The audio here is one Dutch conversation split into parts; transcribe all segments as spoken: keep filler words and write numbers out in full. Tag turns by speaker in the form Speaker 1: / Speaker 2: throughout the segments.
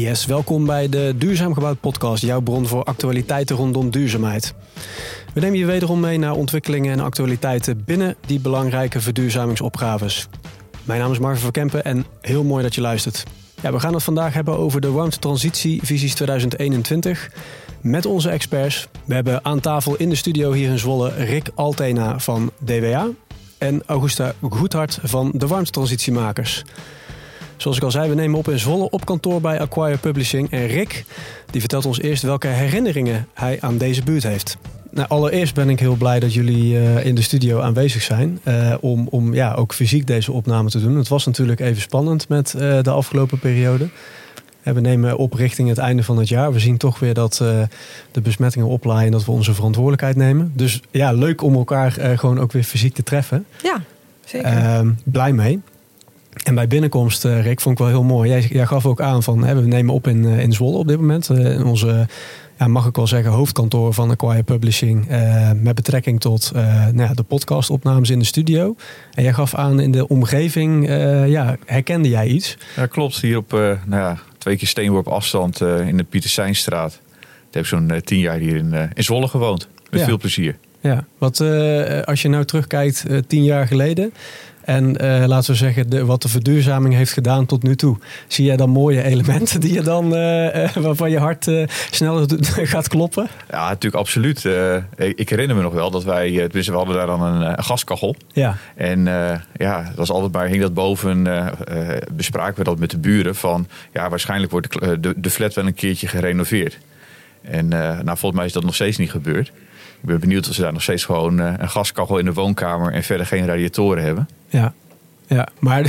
Speaker 1: Yes, welkom bij de Duurzaam Gebouwd podcast, jouw bron voor actualiteiten rondom duurzaamheid. We nemen je wederom mee naar ontwikkelingen en actualiteiten binnen die belangrijke verduurzamingsopgaves. Mijn naam is Marvin van Kempen en heel mooi dat je luistert. Ja, we gaan het vandaag hebben over de warmtetransitie-visies tweeduizend eenentwintig met onze experts. We hebben aan tafel in de studio hier in Zwolle Rick Altena van D W A en Augusta Goedhart van de warmtetransitiemakers. Zoals ik al zei, we nemen op in Zwolle op kantoor bij Acquire Publishing. En Rick die vertelt ons eerst welke herinneringen hij aan deze buurt heeft. Nou, allereerst ben ik heel blij dat jullie uh, in de studio aanwezig zijn. Uh, om om ja, ook fysiek deze opname te doen. Het was natuurlijk even spannend met uh, de afgelopen periode. En we nemen op richting het einde van het jaar. We zien toch weer dat uh, de besmettingen oplaaien en dat we onze verantwoordelijkheid nemen. Dus ja, leuk om elkaar uh, gewoon ook weer fysiek te treffen.
Speaker 2: Ja, zeker.
Speaker 1: Uh, blij mee. En bij binnenkomst, uh, Rick, vond ik wel heel mooi. Jij, jij gaf ook aan van, hè, we nemen op in, uh, in Zwolle op dit moment. Uh, in onze, ja, mag ik wel zeggen, hoofdkantoor van Acquire Publishing. Uh, met betrekking tot uh, nou ja, de podcastopnames in de studio. En jij gaf aan in de omgeving, uh, ja, herkende jij iets?
Speaker 3: Ja, klopt. Hier op uh, nou ja, twee keer steenworp afstand uh, in de Pietersijnststraat. Ik heb zo'n uh, tien jaar hier in, uh, in Zwolle gewoond. Met ja. veel plezier.
Speaker 1: Ja, wat uh, als je nou terugkijkt uh, tien jaar geleden. En uh, laten we zeggen, de, wat de verduurzaming heeft gedaan tot nu toe. Zie jij dan mooie elementen die je dan, uh, uh, waarvan je hart uh, sneller gaat kloppen?
Speaker 3: Ja, natuurlijk absoluut. Uh, ik herinner me nog wel dat wij, tenminste we hadden daar dan een, een gaskachel.
Speaker 1: Ja.
Speaker 3: En uh, ja, dat was altijd maar, hing dat boven, uh, uh, bespraken we dat met de buren. Van ja, waarschijnlijk wordt de, de, de flat wel een keertje gerenoveerd. En uh, nou, volgens mij is dat nog steeds niet gebeurd. Ik ben benieuwd of ze daar nog steeds gewoon uh, een gaskachel in de woonkamer en verder geen radiatoren hebben.
Speaker 1: Ja, ja, maar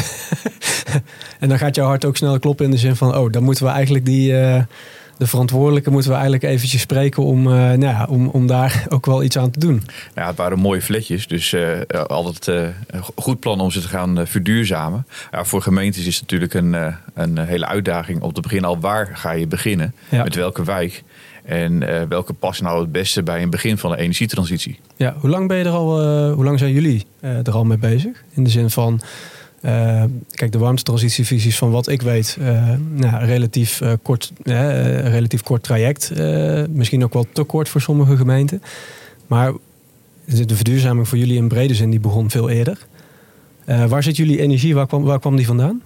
Speaker 1: en dan gaat jouw hart ook sneller kloppen in de zin van, oh, dan moeten we eigenlijk die, uh, de verantwoordelijke moeten we eigenlijk eventjes spreken om, uh, nou ja, om, om daar ook wel iets aan te doen.
Speaker 3: Ja, het waren mooie flatjes, dus uh, altijd uh, een goed plan om ze te gaan uh, verduurzamen. Ja, voor gemeentes is het natuurlijk een, uh, een hele uitdaging om te beginnen al waar ga je beginnen, ja. Met welke wijk. En uh, welke passen nou het beste bij een begin van de energietransitie?
Speaker 1: Ja, hoe lang ben je er al? Uh, hoe lang zijn jullie uh, er al mee bezig? In de zin van, uh, kijk, de warmtetransitievisies van wat ik weet, uh, nou, relatief uh, kort, uh, relatief kort traject, uh, misschien ook wel te kort voor sommige gemeenten. Maar de verduurzaming voor jullie in brede zin die begon veel eerder. Uh, waar zit jullie energie? Waar kwam, waar kwam die vandaan?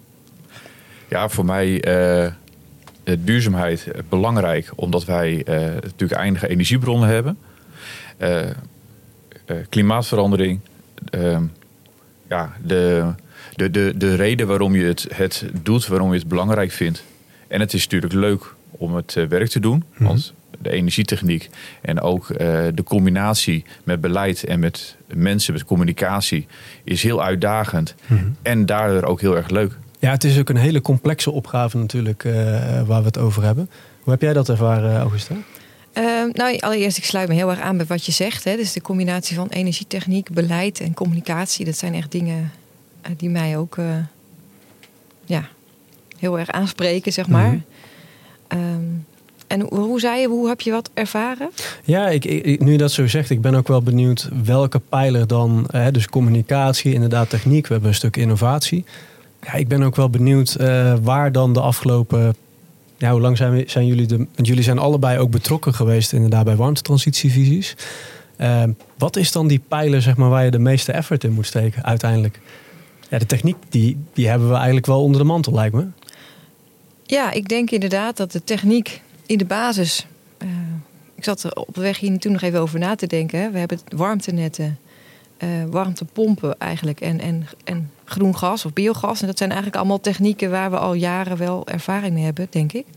Speaker 3: Ja, voor mij. Uh... Duurzaamheid belangrijk, omdat wij uh, natuurlijk eindige energiebronnen hebben. Uh, uh, klimaatverandering. Uh, ja, de, de, de, de reden waarom je het, het doet, waarom je het belangrijk vindt. En het is natuurlijk leuk om het uh, werk te doen. Mm-hmm. Want de energietechniek en ook uh, de combinatie met beleid en met mensen, met communicatie, is heel uitdagend. Mm-hmm. En daardoor ook heel erg leuk.
Speaker 1: Ja, het is ook een hele complexe opgave natuurlijk uh, waar we het over hebben. Hoe heb jij dat ervaren, Augusta?
Speaker 2: Uh, nou, allereerst, ik sluit me heel erg aan bij wat je zegt. Hè. Dus de combinatie van energietechniek, beleid en communicatie. Dat zijn echt dingen uh, die mij ook uh, ja, heel erg aanspreken, zeg maar. Mm-hmm. Um, en hoe, hoe zei je, hoe heb je wat ervaren?
Speaker 1: Ja, ik, ik, nu je dat zo zegt, ik ben ook wel benieuwd welke pijler dan... Uh, dus communicatie, inderdaad techniek, we hebben een stuk innovatie... Ja, ik ben ook wel benieuwd uh, waar dan de afgelopen... Ja, hoe lang zijn, we, zijn jullie... De, want jullie zijn allebei ook betrokken geweest inderdaad bij warmtetransitievisies. Uh, wat is dan die pijler, zeg maar, waar je de meeste effort in moet steken uiteindelijk? Ja, de techniek, die, die hebben we eigenlijk wel onder de mantel, lijkt me.
Speaker 2: Ja, ik denk inderdaad dat de techniek in de basis... Uh, ik zat er op de weg hier naartoe nog even over na te denken. Hè. We hebben warmtenetten... Uh, warmtepompen eigenlijk en, en, en groen gas of biogas. En dat zijn eigenlijk allemaal technieken waar we al jaren wel ervaring mee hebben, denk ik.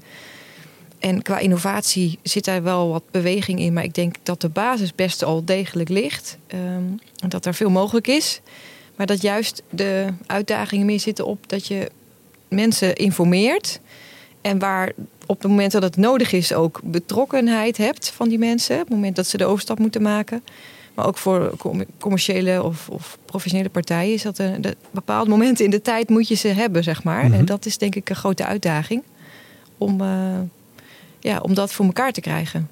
Speaker 2: En qua innovatie zit daar wel wat beweging in. Maar ik denk dat de basis best al degelijk ligt. Um, en dat er veel mogelijk is. Maar dat juist de uitdagingen meer zitten op dat je mensen informeert. En waar op het moment dat het nodig is ook betrokkenheid hebt van die mensen. Op het moment dat ze de overstap moeten maken. Maar ook voor commerciële of, of professionele partijen is dat een, een bepaald moment in de tijd moet je ze hebben, zeg maar. Mm-hmm. En dat is denk ik een grote uitdaging om, uh, ja, om dat voor elkaar te krijgen.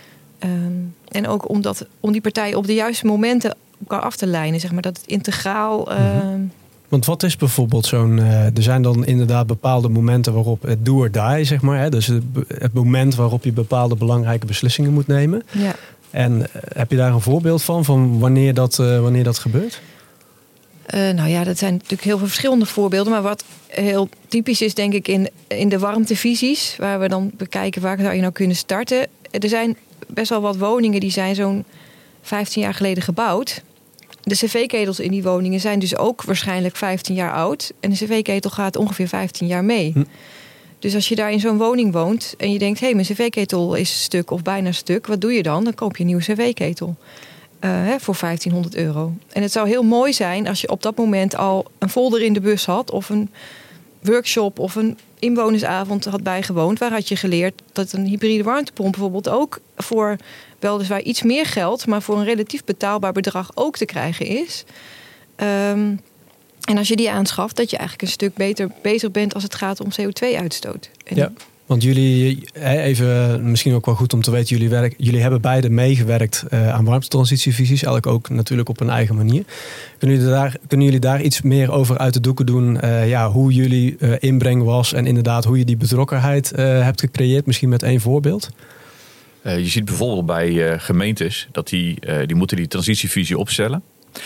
Speaker 2: Um, en ook om, dat, om die partijen op de juiste momenten elkaar af te lijnen, zeg maar. Dat het integraal uh, mm-hmm.
Speaker 1: Want wat is bijvoorbeeld zo'n... Uh, er zijn dan inderdaad bepaalde momenten waarop het do or die, zeg maar. Hè? Dus het, het moment waarop je bepaalde belangrijke beslissingen moet nemen.
Speaker 2: Ja.
Speaker 1: En uh, heb je daar een voorbeeld van, van wanneer dat, uh, wanneer dat gebeurt?
Speaker 2: Uh, nou ja, dat zijn natuurlijk heel veel verschillende voorbeelden. Maar wat heel typisch is, denk ik, in, in de warmtevisies, waar we dan bekijken waar zou je nou kunnen starten. Er zijn best wel wat woningen die zijn zo'n vijftien jaar geleden gebouwd. De cv-ketels in die woningen zijn dus ook waarschijnlijk vijftien jaar oud. En de cv-ketel gaat ongeveer vijftien jaar mee. Hm. Dus als je daar in zo'n woning woont en je denkt, hé, hey, mijn cv-ketel is stuk of bijna stuk. Wat doe je dan? Dan koop je een nieuwe cv-ketel. Uh, hè, voor vijftienhonderd euro. En het zou heel mooi zijn als je op dat moment al een folder in de bus had, of een workshop of een inwonersavond had bijgewoond. Waar had je geleerd dat een hybride warmtepomp bijvoorbeeld ook voor weliswaar iets meer geld, maar voor een relatief betaalbaar bedrag ook te krijgen is. Um, en als je die aanschaft, dat je eigenlijk een stuk beter bezig bent als het gaat om C O twee uitstoot. En
Speaker 1: ja. Want jullie, even misschien ook wel goed om te weten, jullie, werk, jullie hebben beide meegewerkt uh, aan warmtetransitievisies, elk ook natuurlijk op een eigen manier. Kunnen jullie daar, kunnen jullie daar iets meer over uit de doeken doen? Uh, ja, hoe jullie uh, inbreng was en inderdaad hoe je die betrokkenheid uh, hebt gecreëerd, misschien met één voorbeeld?
Speaker 3: Uh, je ziet bijvoorbeeld bij uh, gemeentes dat die, uh, die moeten die transitievisie opstellen.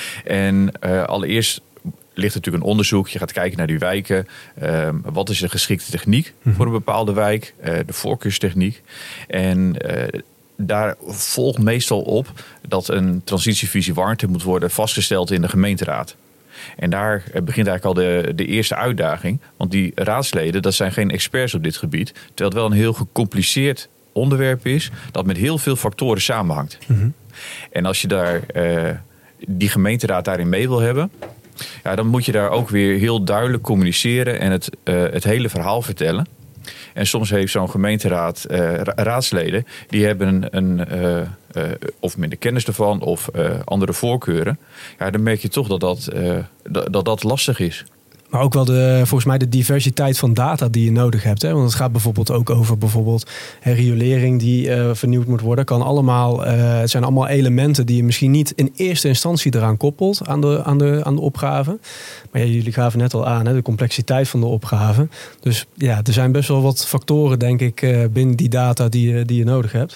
Speaker 3: En uh, allereerst ligt natuurlijk een onderzoek. Je gaat kijken naar die wijken. Uh, wat is de geschikte techniek mm-hmm. voor een bepaalde wijk? Uh, de voorkeurstechniek. En uh, daar volgt meestal op dat een transitievisie warmte moet worden vastgesteld in de gemeenteraad. En daar begint eigenlijk al de, de eerste uitdaging. Want die raadsleden, dat zijn geen experts op dit gebied. Terwijl het wel een heel gecompliceerd onderwerp is dat met heel veel factoren samenhangt. Mm-hmm. En als je daar uh, die gemeenteraad daarin mee wil hebben, ja, dan moet je daar ook weer heel duidelijk communiceren en het, uh, het hele verhaal vertellen. En soms heeft zo'n gemeenteraad uh, raadsleden, die hebben een, uh, uh, of minder kennis ervan of uh, andere voorkeuren. Ja, dan merk je toch dat dat, uh, dat, dat, dat lastig is.
Speaker 1: Maar ook wel de, volgens mij de diversiteit van data die je nodig hebt. Hè? Want het gaat bijvoorbeeld ook over bijvoorbeeld riolering die uh, vernieuwd moet worden. Kan allemaal, uh, het zijn allemaal elementen die je misschien niet in eerste instantie eraan koppelt aan de, aan de, aan de opgave. Maar ja, jullie gaven net al aan, hè, de complexiteit van de opgave. Dus ja, er zijn best wel wat factoren, denk ik, uh, binnen die data die, die je nodig hebt.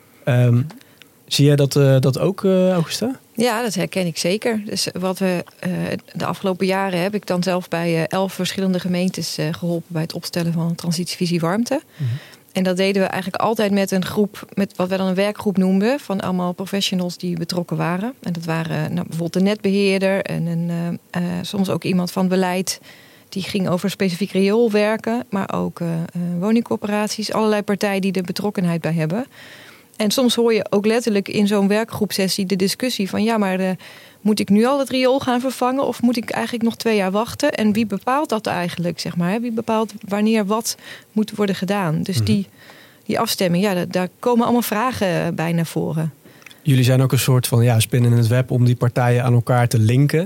Speaker 1: Um, zie jij dat, uh, dat ook, uh, Augusta?
Speaker 2: Ja, dat herken ik zeker. Dus wat we uh, de afgelopen jaren heb ik dan zelf bij uh, elf verschillende gemeentes uh, geholpen bij het opstellen van een transitievisie warmte. Mm-hmm. En dat deden we eigenlijk altijd met een groep, met wat we dan een werkgroep noemden, van allemaal professionals die betrokken waren. En dat waren nou, bijvoorbeeld de netbeheerder en een, uh, uh, soms ook iemand van beleid. Die ging over specifiek riool werken, maar ook uh, uh, woningcorporaties, allerlei partijen die er betrokkenheid bij hebben. En soms hoor je ook letterlijk in zo'n werkgroepsessie de discussie van ja, maar de, moet ik nu al het riool gaan vervangen of moet ik eigenlijk nog twee jaar wachten? En wie bepaalt dat eigenlijk, zeg maar? Wie bepaalt wanneer wat moet worden gedaan? Dus die, die afstemming, ja, daar komen allemaal vragen bij naar voren.
Speaker 1: Jullie zijn ook een soort van ja, spin in het web om die partijen aan elkaar te linken.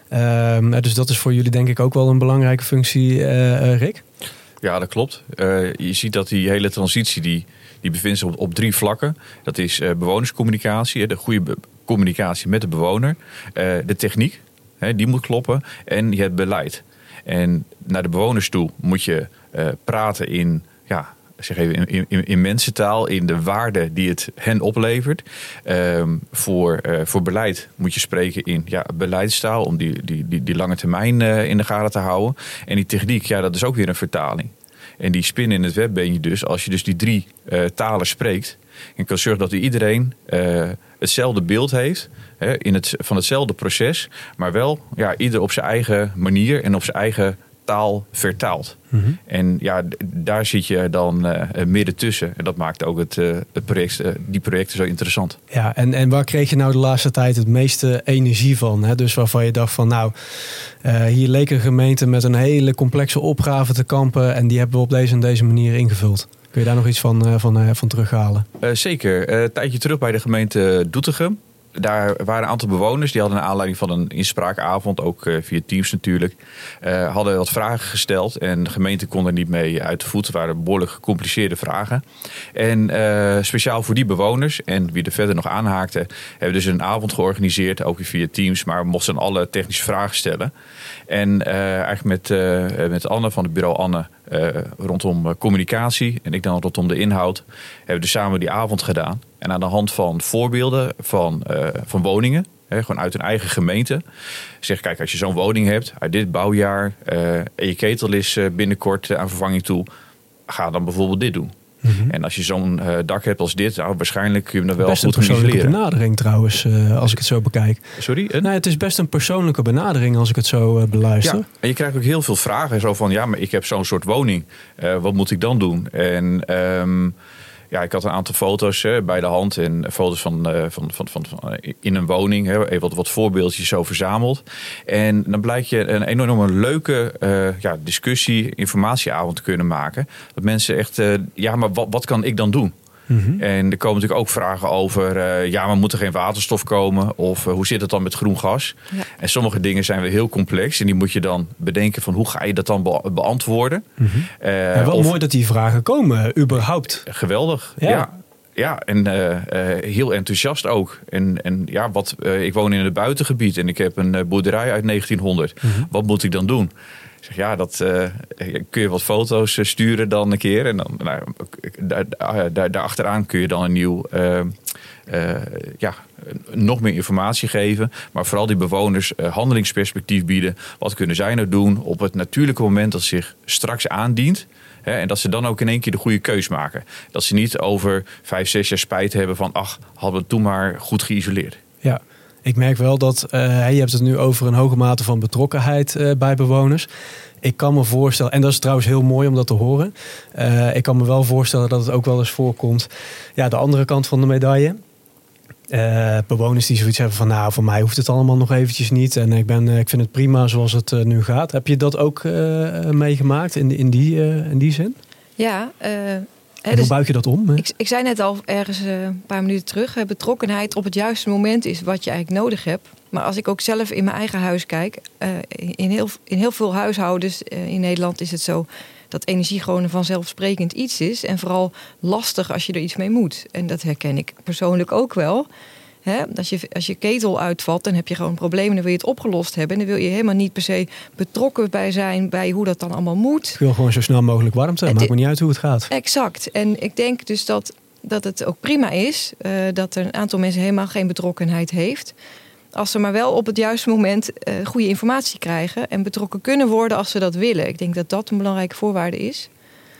Speaker 1: Um, dus dat is voor jullie denk ik ook wel een belangrijke functie, uh, Rick?
Speaker 3: Ja, dat klopt. Uh, je ziet dat die hele transitie die Die bevindt zich op, op drie vlakken. Dat is uh, bewonerscommunicatie, de goede be- communicatie met de bewoner. Uh, de techniek, hè, die moet kloppen. En je hebt beleid. En naar de bewoners toe moet je uh, praten in, ja, zeg even, in, in, in mensentaal. In de waarde die het hen oplevert. Um, voor, uh, voor beleid moet je spreken in ja, beleidstaal. Om die, die, die, die lange termijn uh, in de gaten te houden. En die techniek, ja, dat is ook weer een vertaling. En die spin in het web ben je dus als je dus die drie uh, talen spreekt. En kan zorgen dat iedereen uh, hetzelfde beeld heeft. Hè, in het, van hetzelfde proces. Maar wel ja, ieder op zijn eigen manier en op zijn eigen taal vertaalt. Mm-hmm. En ja, d- daar zit je dan uh, midden tussen. En dat maakt ook het, uh, het project, uh, die projecten zo interessant.
Speaker 1: Ja, en, en waar kreeg je nou de laatste tijd het meeste energie van? Hè? Dus waarvan je dacht van nou, uh, hier leek een gemeente met een hele complexe opgave te kampen. En die hebben we op deze en deze manier ingevuld. Kun je daar nog iets van, uh, van, uh, van terughalen?
Speaker 3: Uh, zeker. Uh, een tijdje terug bij de gemeente Doetinchem. daar waren een aantal bewoners die hadden een aanleiding van een inspraakavond, ook uh, via Teams natuurlijk, uh, hadden wat vragen gesteld en de gemeente kon er niet mee uit de voet. Het waren behoorlijk gecompliceerde vragen. En uh, speciaal voor die bewoners en wie er verder nog aanhaakte, hebben we dus een avond georganiseerd, ook weer via Teams, maar we mochten alle technische vragen stellen. En uh, eigenlijk met, uh, met Anne van het bureau Anne uh, rondom uh, communicatie en ik dan rondom de inhoud, hebben we dus samen die avond gedaan. En aan de hand van voorbeelden van, uh, van woningen, hè, gewoon uit een eigen gemeente, zeg kijk, als je zo'n woning hebt uit dit bouwjaar uh, en je ketel is uh, binnenkort uh, aan vervanging toe, ga dan bijvoorbeeld dit doen. Mm-hmm. En als je zo'n uh, dak hebt als dit, nou, waarschijnlijk kun je hem dan wel
Speaker 1: best
Speaker 3: goed
Speaker 1: een persoonlijke
Speaker 3: isoleren.
Speaker 1: benadering trouwens, uh, als ik het zo bekijk.
Speaker 3: Sorry? Een?
Speaker 1: Nee, het is best een persoonlijke benadering als ik het zo uh, beluister.
Speaker 3: Ja, en je krijgt ook heel veel vragen. Zo van, ja, maar ik heb zo'n soort woning. Uh, wat moet ik dan doen? En um, ja, ik had een aantal foto's uh, bij de hand. En foto's van, uh, van, van, van, van uh, in een woning. Hè, even wat, wat voorbeeldjes zo verzameld. En dan blijkt je een enorme leuke uh, ja, discussie, informatieavond te kunnen maken. Dat mensen echt, uh, ja, maar wat, wat kan ik dan doen? Mm-hmm. En er komen natuurlijk ook vragen over, uh, ja, maar moet er geen waterstof komen? Of uh, hoe zit het dan met groen gas? Ja. En sommige dingen zijn weer heel complex. En die moet je dan bedenken van, hoe ga je dat dan be- beantwoorden?
Speaker 1: Mm-hmm. Uh, en wel of, mooi dat die vragen komen, überhaupt.
Speaker 3: Geweldig, ja. ja. Ja, en uh, uh, heel enthousiast ook. En, en ja, wat, uh, ik woon in het buitengebied en ik heb een uh, boerderij uit negentienhonderd. Mm-hmm. Wat moet ik dan doen? Ik zeg, ja, dat uh, kun je wat foto's uh, sturen dan een keer. En dan nou, daar, daar, daar achteraan kun je dan een nieuw, uh, uh, ja, nog meer informatie geven. Maar vooral die bewoners uh, handelingsperspectief bieden. Wat kunnen zij nou doen op het natuurlijke moment dat zich straks aandient? Hè, en dat ze dan ook in één keer de goede keus maken. Dat ze niet over vijf, zes jaar spijt hebben van, ach, hadden we het toen maar goed geïsoleerd.
Speaker 1: Ja. Ik merk wel dat, uh, je hebt het nu over een hoge mate van betrokkenheid uh, bij bewoners. Ik kan me voorstellen, en dat is trouwens heel mooi om dat te horen. Uh, ik kan me wel voorstellen dat het ook wel eens voorkomt. Ja, de andere kant van de medaille. Uh, bewoners die zoiets hebben van, nou, voor mij hoeft het allemaal nog eventjes niet. En ik, ben, uh, ik vind het prima zoals het uh, nu gaat. Heb je dat ook uh, meegemaakt in, in, die, uh, in die zin?
Speaker 2: Ja, uh...
Speaker 1: En hoe buig je dat om?
Speaker 2: Ik, ik zei net al ergens uh, een paar minuten terug. Hè, betrokkenheid op het juiste moment is wat je eigenlijk nodig hebt. Maar als ik ook zelf in mijn eigen huis kijk. Uh, in, heel, in heel veel huishoudens uh, in Nederland is het zo dat energie gewoon een vanzelfsprekend iets is. En vooral lastig als je er iets mee moet. En dat herken ik persoonlijk ook wel. Hè? Als, je, als je ketel uitvalt, dan heb je gewoon problemen. Dan wil je het opgelost hebben. En dan wil je helemaal niet per se betrokken bij zijn bij hoe dat dan allemaal moet.
Speaker 1: Ik wil gewoon zo snel mogelijk warmte. Het maakt me niet uit hoe het gaat.
Speaker 2: Exact. En ik denk dus dat, dat het ook prima is uh, dat er een aantal mensen helemaal geen betrokkenheid heeft. Als ze maar wel op het juiste moment uh, goede informatie krijgen en betrokken kunnen worden als ze dat willen. Ik denk dat dat een belangrijke voorwaarde is.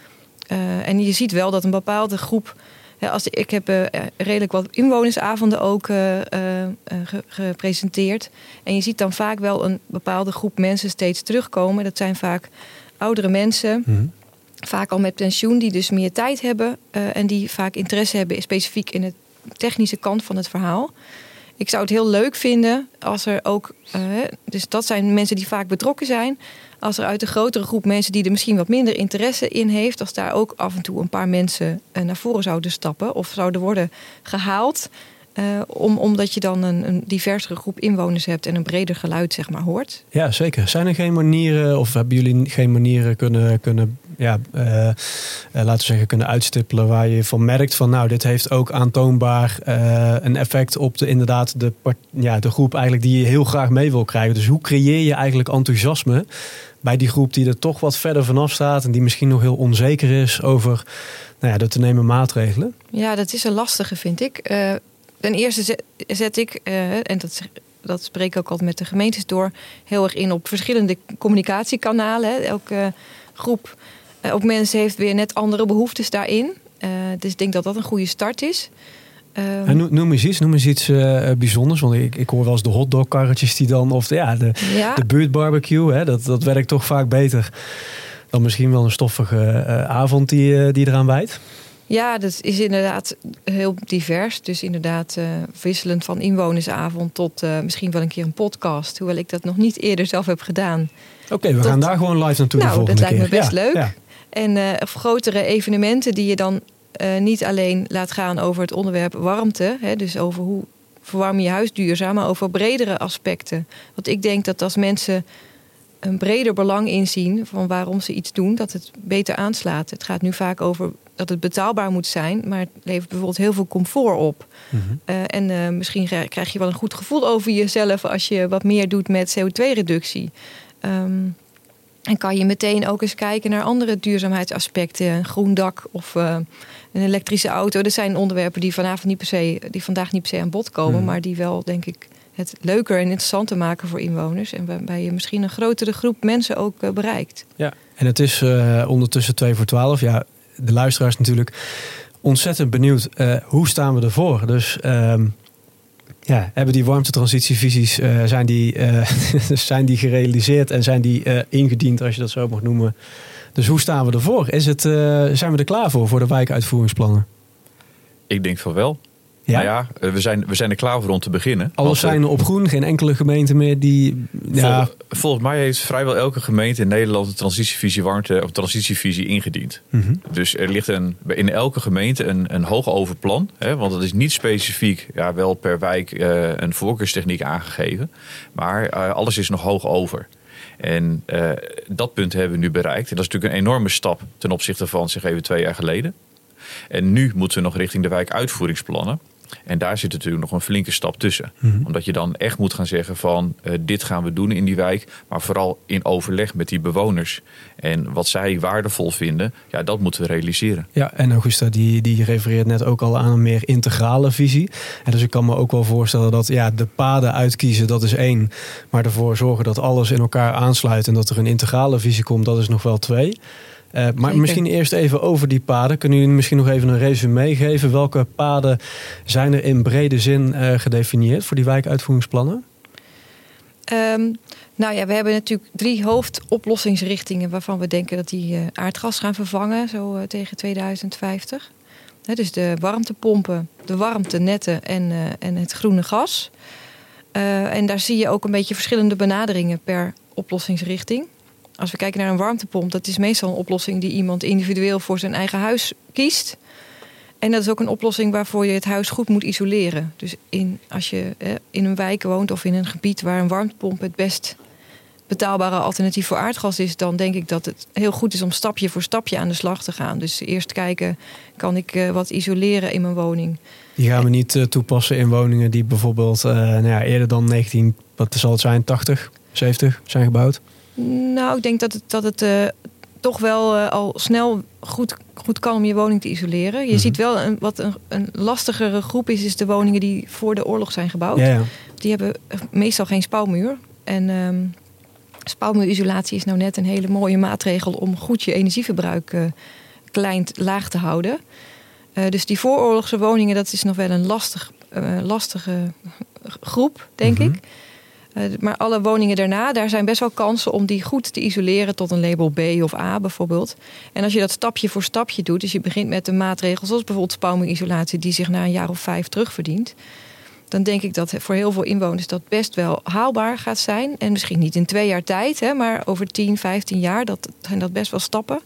Speaker 2: Uh, en je ziet wel dat een bepaalde groep. Ja, als, ik heb uh, redelijk wat inwonersavonden ook uh, uh, ge- gepresenteerd. En je ziet dan vaak wel een bepaalde groep mensen steeds terugkomen. Dat zijn vaak oudere mensen. Mm-hmm. Vaak al met pensioen, die dus meer tijd hebben. Uh, en die vaak interesse hebben specifiek in de technische kant van het verhaal. Ik zou het heel leuk vinden als er ook... Uh, dus dat zijn mensen die vaak betrokken zijn. Als er uit een grotere groep mensen die er misschien wat minder interesse in heeft... als daar ook af en toe een paar mensen uh, naar voren zouden stappen... of zouden worden gehaald... Uh, om, omdat je dan een, een diversere groep inwoners hebt... en een breder geluid, zeg maar, hoort.
Speaker 1: Ja, zeker. Zijn er geen manieren... of hebben jullie geen manieren kunnen... kunnen ja, uh, uh, laten we zeggen, kunnen uitstippelen... waar je van merkt van... nou, dit heeft ook aantoonbaar uh, een effect op de, inderdaad de, ja, de groep... eigenlijk die je heel graag mee wil krijgen. Dus hoe creëer je eigenlijk enthousiasme... bij die groep die er toch wat verder vanaf staat... en die misschien nog heel onzeker is over nou ja, de te nemen maatregelen?
Speaker 2: Ja, dat is een lastige, vind ik... Uh, Ten eerste zet, zet ik, uh, en dat, dat spreek ik ook altijd met de gemeentes door... heel erg in op verschillende communicatiekanalen. Hè. Elke groep, uh, ook mensen heeft weer net andere behoeftes daarin. Uh, dus ik denk dat dat een goede start is.
Speaker 1: Um, en noem eens iets, noem eens iets uh, bijzonders. Want ik, ik hoor wel eens de hotdogkarretjes die dan... of de, ja, de, ja. de buurtbarbecue, hè, dat, dat werkt toch vaak beter... dan misschien wel een stoffige uh, avond die, uh, die eraan wijdt.
Speaker 2: Ja, dat is inderdaad heel divers. Dus inderdaad uh, wisselend van inwonersavond tot uh, misschien wel een keer een podcast. Hoewel ik dat nog niet eerder zelf heb gedaan.
Speaker 1: Oké, okay, we tot... gaan daar gewoon live naartoe
Speaker 2: nou,
Speaker 1: de volgende keer.
Speaker 2: Nou, dat lijkt me best
Speaker 1: ja,
Speaker 2: leuk. Ja. En uh, grotere evenementen die je dan uh, niet alleen laat gaan over het onderwerp warmte. Hè, dus over hoe verwarm je huis duurzaam, maar over bredere aspecten. Want ik denk dat als mensen een breder belang inzien van waarom ze iets doen, dat het beter aanslaat. Het gaat nu vaak over dat het betaalbaar moet zijn, maar het levert bijvoorbeeld heel veel comfort op. Mm-hmm. Uh, en uh, misschien krijg je wel een goed gevoel over jezelf als je wat meer doet met C O twee reductie. Um, en kan je meteen ook eens kijken naar andere duurzaamheidsaspecten. Een groen dak of uh, een elektrische auto. Dat zijn onderwerpen die vanavond niet per se, die vandaag niet per se aan bod komen, mm-hmm. maar die wel, denk ik, het leuker en interessanter maken voor inwoners. En waarbij je misschien een grotere groep mensen ook uh, bereikt.
Speaker 1: Ja, en het is uh, ondertussen twee voor twaalf. Ja, de luisteraars natuurlijk ontzettend benieuwd. Uh, hoe staan we ervoor? Dus um, ja, hebben die warmtetransitievisies, uh, zijn, die, uh, zijn die gerealiseerd en zijn die uh, ingediend, als je dat zo mag noemen? Dus hoe staan we ervoor? Is het, uh, zijn we er klaar voor, voor de wijkuitvoeringsplannen?
Speaker 3: Ik denk van wel.
Speaker 1: Ja?
Speaker 3: Nou ja, we zijn, we zijn er klaar voor om te beginnen.
Speaker 1: Alles zijn op groen, geen enkele gemeente meer die... Ja.
Speaker 3: Vol, volgens mij heeft vrijwel elke gemeente in Nederland een transitievisie warmte of transitievisie ingediend. Mm-hmm. Dus er ligt een, in elke gemeente een, een hoogoverplan. Hè, want het is niet specifiek, ja, wel per wijk uh, een voorkeurstechniek aangegeven. Maar uh, alles is nog hoog over. En uh, dat punt hebben we nu bereikt. En dat is natuurlijk een enorme stap ten opzichte van, zeg even, twee jaar geleden. En nu moeten we nog richting de wijkuitvoeringsplannen. En daar zit natuurlijk nog een flinke stap tussen. Mm-hmm. Omdat je dan echt moet gaan zeggen van uh, dit gaan we doen in die wijk. Maar vooral in overleg met die bewoners. En wat zij waardevol vinden, ja, dat moeten we realiseren.
Speaker 1: Ja, en Augusta die, die refereert net ook al aan een meer integrale visie. En dus ik kan me ook wel voorstellen dat ja, de paden uitkiezen, dat is één. Maar ervoor zorgen dat alles in elkaar aansluit en dat er een integrale visie komt, dat is nog wel twee. Uh, maar Zeker. Misschien eerst even over die paden. Kunnen jullie misschien nog even een resume geven? Welke paden zijn er in brede zin uh, gedefinieerd voor die wijkuitvoeringsplannen?
Speaker 2: Um, nou ja, we hebben natuurlijk drie hoofdoplossingsrichtingen waarvan we denken dat die uh, aardgas gaan vervangen zo uh, tegen tweeduizend vijftig. He, dus de warmtepompen, de warmtenetten en, uh, en het groene gas. Uh, en daar zie je ook een beetje verschillende benaderingen per oplossingsrichting. Als we kijken naar een warmtepomp, dat is meestal een oplossing die iemand individueel voor zijn eigen huis kiest. En dat is ook een oplossing waarvoor je het huis goed moet isoleren. Dus in, als je eh, in een wijk woont of in een gebied waar een warmtepomp het best betaalbare alternatief voor aardgas is, dan denk ik dat het heel goed is om stapje voor stapje aan de slag te gaan. Dus eerst kijken, kan ik uh, wat isoleren in mijn woning?
Speaker 1: Die gaan we niet uh, toepassen in woningen die bijvoorbeeld uh, nou ja, eerder dan negentien, wat zal het zijn, tachtig, zeventig zijn gebouwd?
Speaker 2: Nou, ik denk dat het, dat het uh, toch wel uh, al snel goed, goed kan om je woning te isoleren. Je mm-hmm. ziet wel een, wat een, een lastigere groep is, is de woningen die voor de oorlog zijn gebouwd. Ja, ja. Die hebben meestal geen spouwmuur. En um, spouwmuurisolatie is nou net een hele mooie maatregel om goed je energieverbruik uh, klein laag te houden. Uh, dus die vooroorlogse woningen, dat is nog wel een lastig, uh, lastige groep, denk mm-hmm. ik. Uh, maar alle woningen daarna, daar zijn best wel kansen om die goed te isoleren tot een label B of A bijvoorbeeld. En als je dat stapje voor stapje doet, dus je begint met een maatregel zoals bijvoorbeeld spouwmuurisolatie die zich na een jaar of vijf terugverdient, dan denk ik dat voor heel veel inwoners dat best wel haalbaar gaat zijn. En misschien niet in twee jaar tijd, hè, maar over tien, vijftien jaar dat, zijn dat best wel stappen.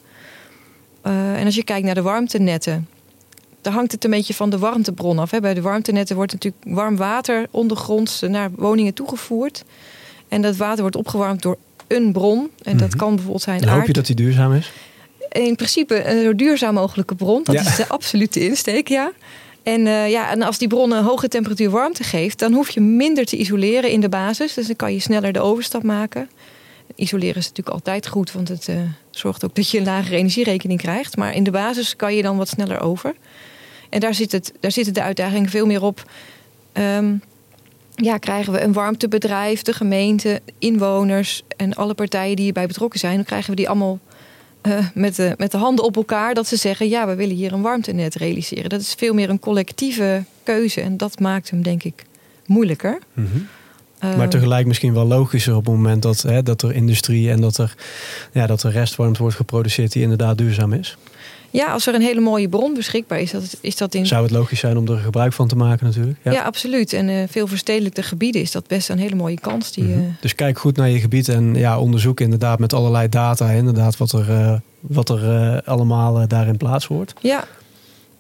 Speaker 2: Uh, en als je kijkt naar de warmtenetten, daar hangt het een beetje van de warmtebron af. Hè. Bij de warmtenetten wordt natuurlijk warm water ondergronds naar woningen toegevoerd. En dat water wordt opgewarmd door een bron. En mm-hmm. dat kan bijvoorbeeld zijn
Speaker 1: en
Speaker 2: aard.
Speaker 1: Hoop je dat die duurzaam is?
Speaker 2: In principe een zo duurzaam mogelijke bron. Dat ja. is de absolute insteek, ja. En, uh, ja, en als die bron een hoge temperatuur warmte geeft, dan hoef je minder te isoleren in de basis. Dus dan kan je sneller de overstap maken. Isoleren is natuurlijk altijd goed, want het uh, zorgt ook dat je een lagere energierekening krijgt. Maar in de basis kan je dan wat sneller over. En daar zit het, daar zit het de uitdaging veel meer op. Um, ja, krijgen we een warmtebedrijf, de gemeente, inwoners en alle partijen die hierbij betrokken zijn, dan krijgen we die allemaal uh, met, de, met de handen op elkaar dat ze zeggen, ja, we willen hier een warmtenet realiseren. Dat is veel meer een collectieve keuze en dat maakt hem, denk ik, moeilijker.
Speaker 1: Mm-hmm. Uh, maar tegelijk misschien wel logischer op het moment dat, hè, dat er industrie en dat er, ja, dat er restwarmte wordt geproduceerd die inderdaad duurzaam is.
Speaker 2: Ja, als er een hele mooie bron beschikbaar is, dat, is dat in...
Speaker 1: Zou het logisch zijn om er gebruik van te maken natuurlijk? Ja,
Speaker 2: ja absoluut. En uh, veel verstedelijkte gebieden is dat best een hele mooie kans. Die, mm-hmm. uh...
Speaker 1: Dus kijk goed naar je gebied en ja, onderzoek inderdaad met allerlei data, inderdaad wat er, uh, wat er uh, allemaal uh, daarin plaats hoort.
Speaker 2: Ja.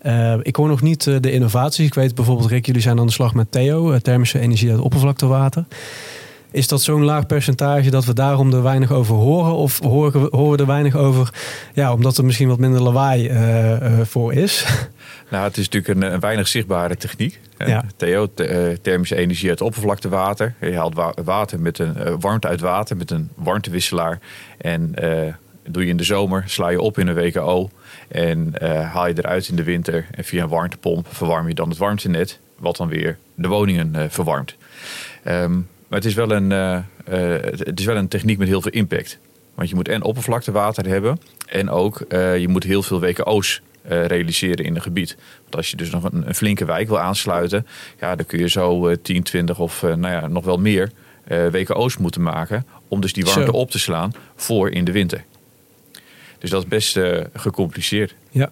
Speaker 1: Uh, ik hoor nog niet uh, de innovaties. Ik weet bijvoorbeeld, Rick, jullie zijn aan de slag met Theo, uh, thermische energie uit oppervlaktewater. Is dat zo'n laag percentage dat we daarom er weinig over horen? Of horen we, horen we er weinig over, ja, omdat er misschien wat minder lawaai uh, uh, voor is?
Speaker 3: Nou, het is natuurlijk een, een weinig zichtbare techniek. Ja. Theo, te, thermische energie uit oppervlaktewater. Je haalt wa- water met een uh, warmte uit water met een warmtewisselaar. En uh, doe je in de zomer, sla je op in een W K O. En uh, haal je eruit in de winter. En via een warmtepomp verwarm je dan het warmtenet. Wat dan weer de woningen uh, verwarmt. Um, maar het is, wel een, uh, uh, het is wel een techniek met heel veel impact. Want je moet en oppervlaktewater hebben. En ook uh, je moet heel veel W K O's Uh, realiseren in een gebied. Want als je dus nog een, een flinke wijk wil aansluiten, ja, dan kun je zo uh, tien, twintig of uh, nou ja, nog wel meer uh, W K O's moeten maken om dus die warmte zo op te slaan voor in de winter. Dus dat is best uh, gecompliceerd.
Speaker 1: Ja.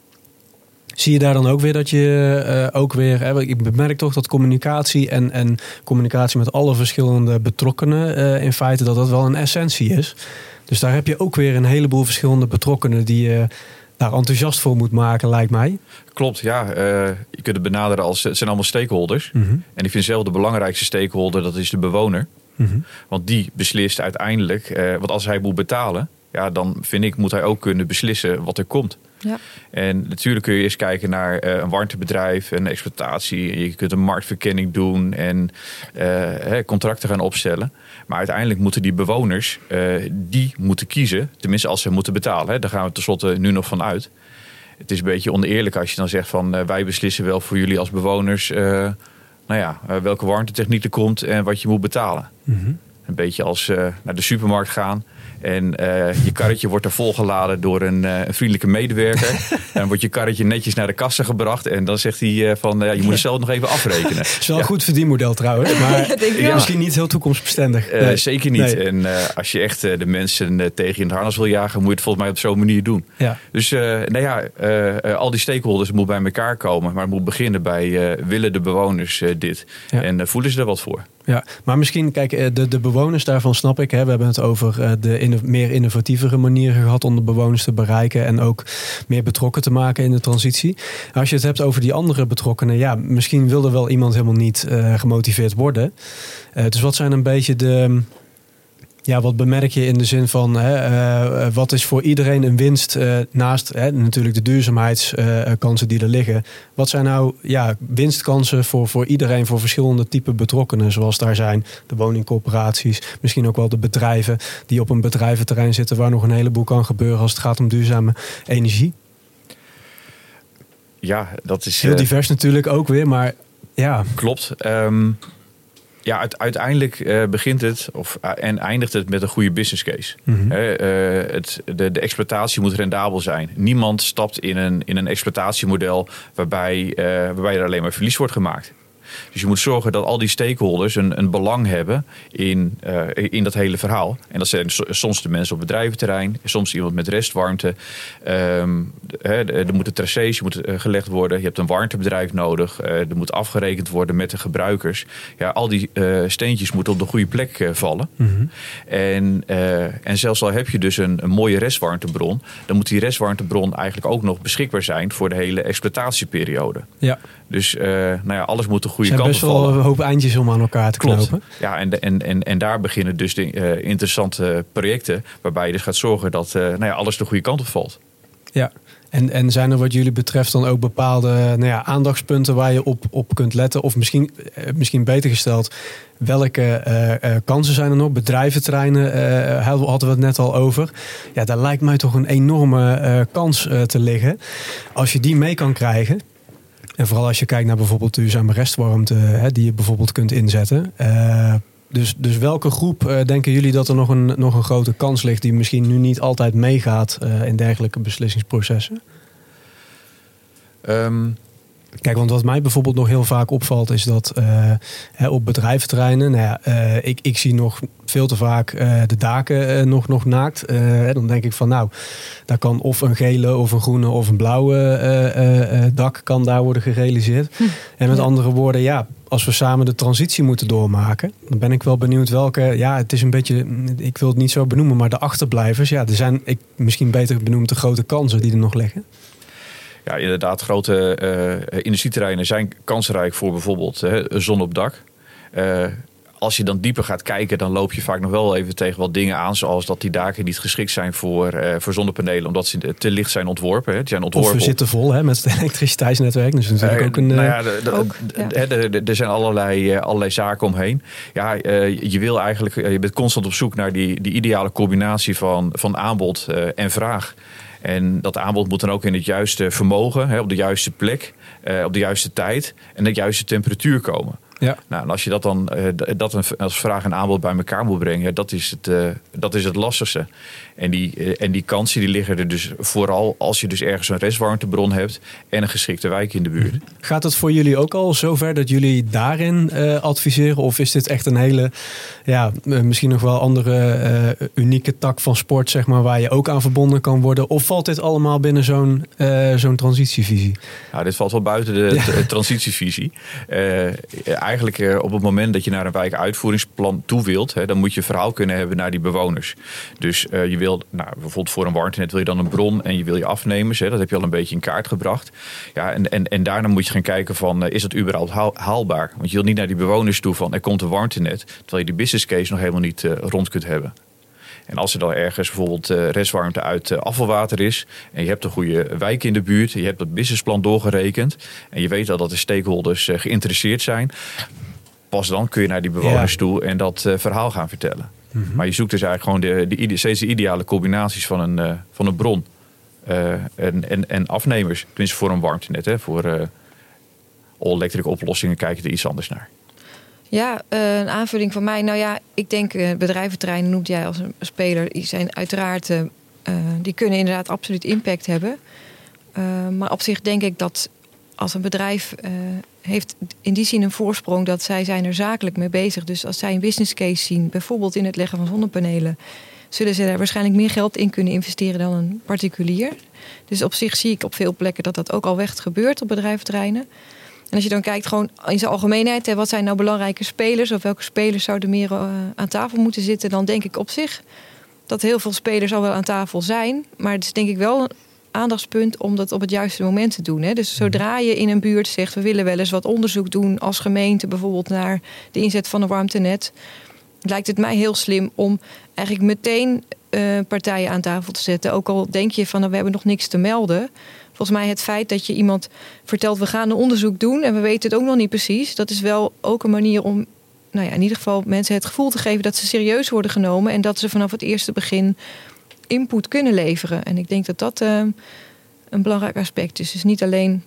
Speaker 1: Zie je daar dan ook weer dat je uh, ook weer... Hè, ik bemerk toch dat communicatie en, en communicatie met alle verschillende betrokkenen uh, in feite dat dat wel een essentie is. Dus daar heb je ook weer een heleboel verschillende betrokkenen die uh, daar enthousiast voor moet maken, lijkt mij.
Speaker 3: Klopt, ja. Uh, je kunt het benaderen als... Het zijn allemaal stakeholders. Mm-hmm. En ik vind zelf de belangrijkste stakeholder, dat is de bewoner. Mm-hmm. Want die beslist uiteindelijk... Uh, want als hij moet betalen, ja, dan vind ik, moet hij ook kunnen beslissen wat er komt. Ja. En natuurlijk kun je eerst kijken naar uh, een warmtebedrijf, een exploitatie. Je kunt een marktverkenning doen en uh, hè, contracten gaan opstellen. Maar uiteindelijk moeten die bewoners, uh, die moeten kiezen. Tenminste als ze moeten betalen. Hè. Daar gaan we tenslotte nu nog van uit. Het is een beetje oneerlijk als je dan zegt van uh, wij beslissen wel voor jullie als bewoners... Uh, nou ja, uh, welke warmtetechniek er komt en wat je moet betalen. Mm-hmm. Een beetje als uh, naar de supermarkt gaan. En uh, je karretje wordt er volgeladen door een, uh, een vriendelijke medewerker. En dan wordt je karretje netjes naar de kassa gebracht. En dan zegt hij uh, van, uh, je moet het zelf nog even afrekenen.
Speaker 1: Het is wel ja. een goed verdienmodel trouwens. Maar ja, misschien niet heel toekomstbestendig.
Speaker 3: Uh, nee. Zeker niet. Nee. En uh, als je echt uh, de mensen uh, tegen je in het harnas wil jagen, moet je het volgens mij op zo'n manier doen. Ja. Dus uh, nou ja, uh, uh, al die stakeholders moeten bij elkaar komen. Maar het moet beginnen bij, uh, willen de bewoners uh, dit? Ja. En uh, voelen ze er wat voor?
Speaker 1: Ja, maar misschien, kijk, de, de bewoners daarvan snap ik. Hè, we hebben het over de inno- meer innovatievere manieren gehad om de bewoners te bereiken en ook meer betrokken te maken in de transitie. Als je het hebt over die andere betrokkenen, ja, misschien wil er wel iemand helemaal niet uh, gemotiveerd worden. Uh, dus wat zijn een beetje de... Ja, wat bemerk je in de zin van hè, uh, wat is voor iedereen een winst uh, naast hè, natuurlijk de duurzaamheidskansen uh, die er liggen. Wat zijn nou ja, winstkansen voor, voor iedereen, voor verschillende typen betrokkenen zoals daar zijn de woningcorporaties, misschien ook wel de bedrijven die op een bedrijventerrein zitten waar nog een heleboel kan gebeuren als het gaat om duurzame energie?
Speaker 3: Ja, dat is...
Speaker 1: Heel divers uh, natuurlijk ook weer, maar ja.
Speaker 3: Klopt. Um... Ja, uiteindelijk uh, begint het of, uh, en eindigt het met een goede business case. Mm-hmm. Uh, uh, het, de, de exploitatie moet rendabel zijn. Niemand stapt in een, in een exploitatiemodel waarbij, uh, waarbij er alleen maar verlies wordt gemaakt. Dus je moet zorgen dat al die stakeholders een, een belang hebben in, uh, in dat hele verhaal. En dat zijn soms de mensen op bedrijventerrein, soms iemand met restwarmte. Um, er moeten tracés moeten gelegd worden. Je hebt een warmtebedrijf nodig. Uh, er moet afgerekend worden met de gebruikers. Ja, al die uh, steentjes moeten op de goede plek uh, vallen. Mm-hmm. En, uh, en zelfs al heb je dus een, een mooie restwarmtebron, dan moet die restwarmtebron eigenlijk ook nog beschikbaar zijn voor de hele exploitatieperiode. Ja. Dus uh, nou ja, alles moet de goede kant op vallen. Er zijn
Speaker 1: best wel een hoop eindjes om aan elkaar te
Speaker 3: Klopt.
Speaker 1: knopen.
Speaker 3: Ja, en, en, en, en daar beginnen dus de uh, interessante projecten waarbij je dus gaat zorgen dat uh, nou ja, alles de goede kant op valt.
Speaker 1: Ja, en, en zijn er wat jullie betreft dan ook bepaalde nou ja, aandachtspunten waar je op, op kunt letten? Of misschien, uh, misschien beter gesteld, welke uh, uh, kansen zijn er nog? Bedrijventerreinen uh, hadden we het net al over. Ja, daar lijkt mij toch een enorme uh, kans uh, te liggen. Als je die mee kan krijgen. En vooral als je kijkt naar bijvoorbeeld duurzame restwarmte, hè, die je bijvoorbeeld kunt inzetten. Uh, dus, dus welke groep uh, denken jullie dat er nog een, nog een grote kans ligt die misschien nu niet altijd meegaat uh, in dergelijke beslissingsprocessen? Um. Kijk, want wat mij bijvoorbeeld nog heel vaak opvalt is dat uh, hè, op bedrijventerreinen, nou ja, uh, ik, ik zie nog veel te vaak uh, de daken uh, nog, nog naakt. Uh, dan denk ik van nou, daar kan of een gele of een groene of een blauwe uh, uh, dak kan daar worden gerealiseerd. Hm. En met ja. andere woorden, ja, als we samen de transitie moeten doormaken, dan ben ik wel benieuwd welke, ja, het is een beetje, ik wil het niet zo benoemen, maar de achterblijvers, ja, er zijn ik, misschien beter benoemd de grote kansen die er nog liggen.
Speaker 3: Ja, inderdaad, grote uh, industrieterreinen zijn kansrijk voor bijvoorbeeld uh, zon op dak. Uh, Als je dan dieper gaat kijken, dan loop je vaak nog wel even tegen wat dingen aan. Zoals dat die daken niet geschikt zijn voor, uh, voor zonnepanelen. Omdat ze te licht zijn ontworpen. Hè. Die zijn ontworpen
Speaker 1: of we zitten vol hè, met het elektriciteitsnetwerk. Dus natuurlijk uh, ook een... Uh,
Speaker 3: nou ja, de, de, ook, ja. Er zijn allerlei, uh, allerlei zaken omheen. Ja, uh, je wil eigenlijk, uh, je bent constant op zoek naar die, die ideale combinatie van, van aanbod uh, en vraag. En dat aanbod moet dan ook in het juiste vermogen, hè, op de juiste plek, uh, op de juiste tijd en de juiste temperatuur komen. Ja. Nou, en als je dat dan uh, dat als vraag en aanbod bij elkaar moet brengen, dat is het, uh, dat is het lastigste. En die, uh, en die kansen die liggen er dus vooral als je dus ergens een restwarmtebron hebt en een geschikte wijk in de buurt.
Speaker 1: Gaat het voor jullie ook al zover dat jullie daarin uh, adviseren? Of is dit echt een hele, ja, uh, misschien nog wel andere uh, unieke tak van sport, zeg maar, waar je ook aan verbonden kan worden? Of valt dit allemaal binnen zo'n, uh, zo'n transitievisie?
Speaker 3: Nou, dit valt wel buiten de, ja. de transitievisie. Uh, Eigenlijk uh, op het moment dat je naar een wijkuitvoeringsplan toe wilt, hè, dan moet je een verhaal kunnen hebben naar die bewoners. Dus uh, je wil, nou, bijvoorbeeld voor een warmtenet wil je dan een bron en je wil je afnemers. Hè, dat heb je al een beetje in kaart gebracht. Ja, en, en, en daarna moet je gaan kijken van, uh, is dat überhaupt haal, haalbaar? Want je wilt niet naar die bewoners toe van, er komt een warmtenet, terwijl je die business case nog helemaal niet uh, rond kunt hebben. En als er dan ergens bijvoorbeeld uh, restwarmte uit uh, afvalwater is en je hebt een goede wijk in de buurt, je hebt dat businessplan doorgerekend en je weet al dat de stakeholders uh, geïnteresseerd zijn, pas dan kun je naar die bewoners ja. toe en dat uh, verhaal gaan vertellen. Mm-hmm. Maar je zoekt dus eigenlijk gewoon de, de, steeds de ideale combinaties van een, uh, van een bron uh, en, en, en afnemers, tenminste voor een warmtenet. Hè. Voor uh, all-electric oplossingen kijken er iets anders naar.
Speaker 2: Ja, uh, een aanvulling van mij. Nou ja, ik denk uh, bedrijventerreinen noemt jij als een speler. Die zijn uiteraard, uh, die kunnen inderdaad absoluut impact hebben. Uh, maar op zich denk ik dat als een bedrijf uh, heeft in die zin een voorsprong, dat zij zijn er zakelijk mee bezig. Dus als zij een business case zien, bijvoorbeeld in het leggen van zonnepanelen, zullen ze daar waarschijnlijk meer geld in kunnen investeren dan een particulier. Dus op zich zie ik op veel plekken dat dat ook al echt gebeurt op bedrijventerreinen. En als je dan kijkt gewoon in zijn algemeenheid, hè, wat zijn nou belangrijke spelers of welke spelers zouden meer uh, aan tafel moeten zitten, dan denk ik op zich dat heel veel spelers al wel aan tafel zijn. Maar het is denk ik wel een aandachtspunt om dat op het juiste moment te doen. Hè. Dus zodra je in een buurt zegt, we willen wel eens wat onderzoek doen als gemeente, bijvoorbeeld naar de inzet van een warmtenet, lijkt het mij heel slim om eigenlijk meteen uh, partijen aan tafel te zetten. Ook al denk je van, nou, we hebben nog niks te melden. Volgens mij het feit dat je iemand vertelt, we gaan een onderzoek doen en we weten het ook nog niet precies, dat is wel ook een manier om, nou ja, in ieder geval mensen het gevoel te geven dat ze serieus worden genomen en dat ze vanaf het eerste begin input kunnen leveren. En ik denk dat dat uh, een belangrijk aspect is. Dus niet alleen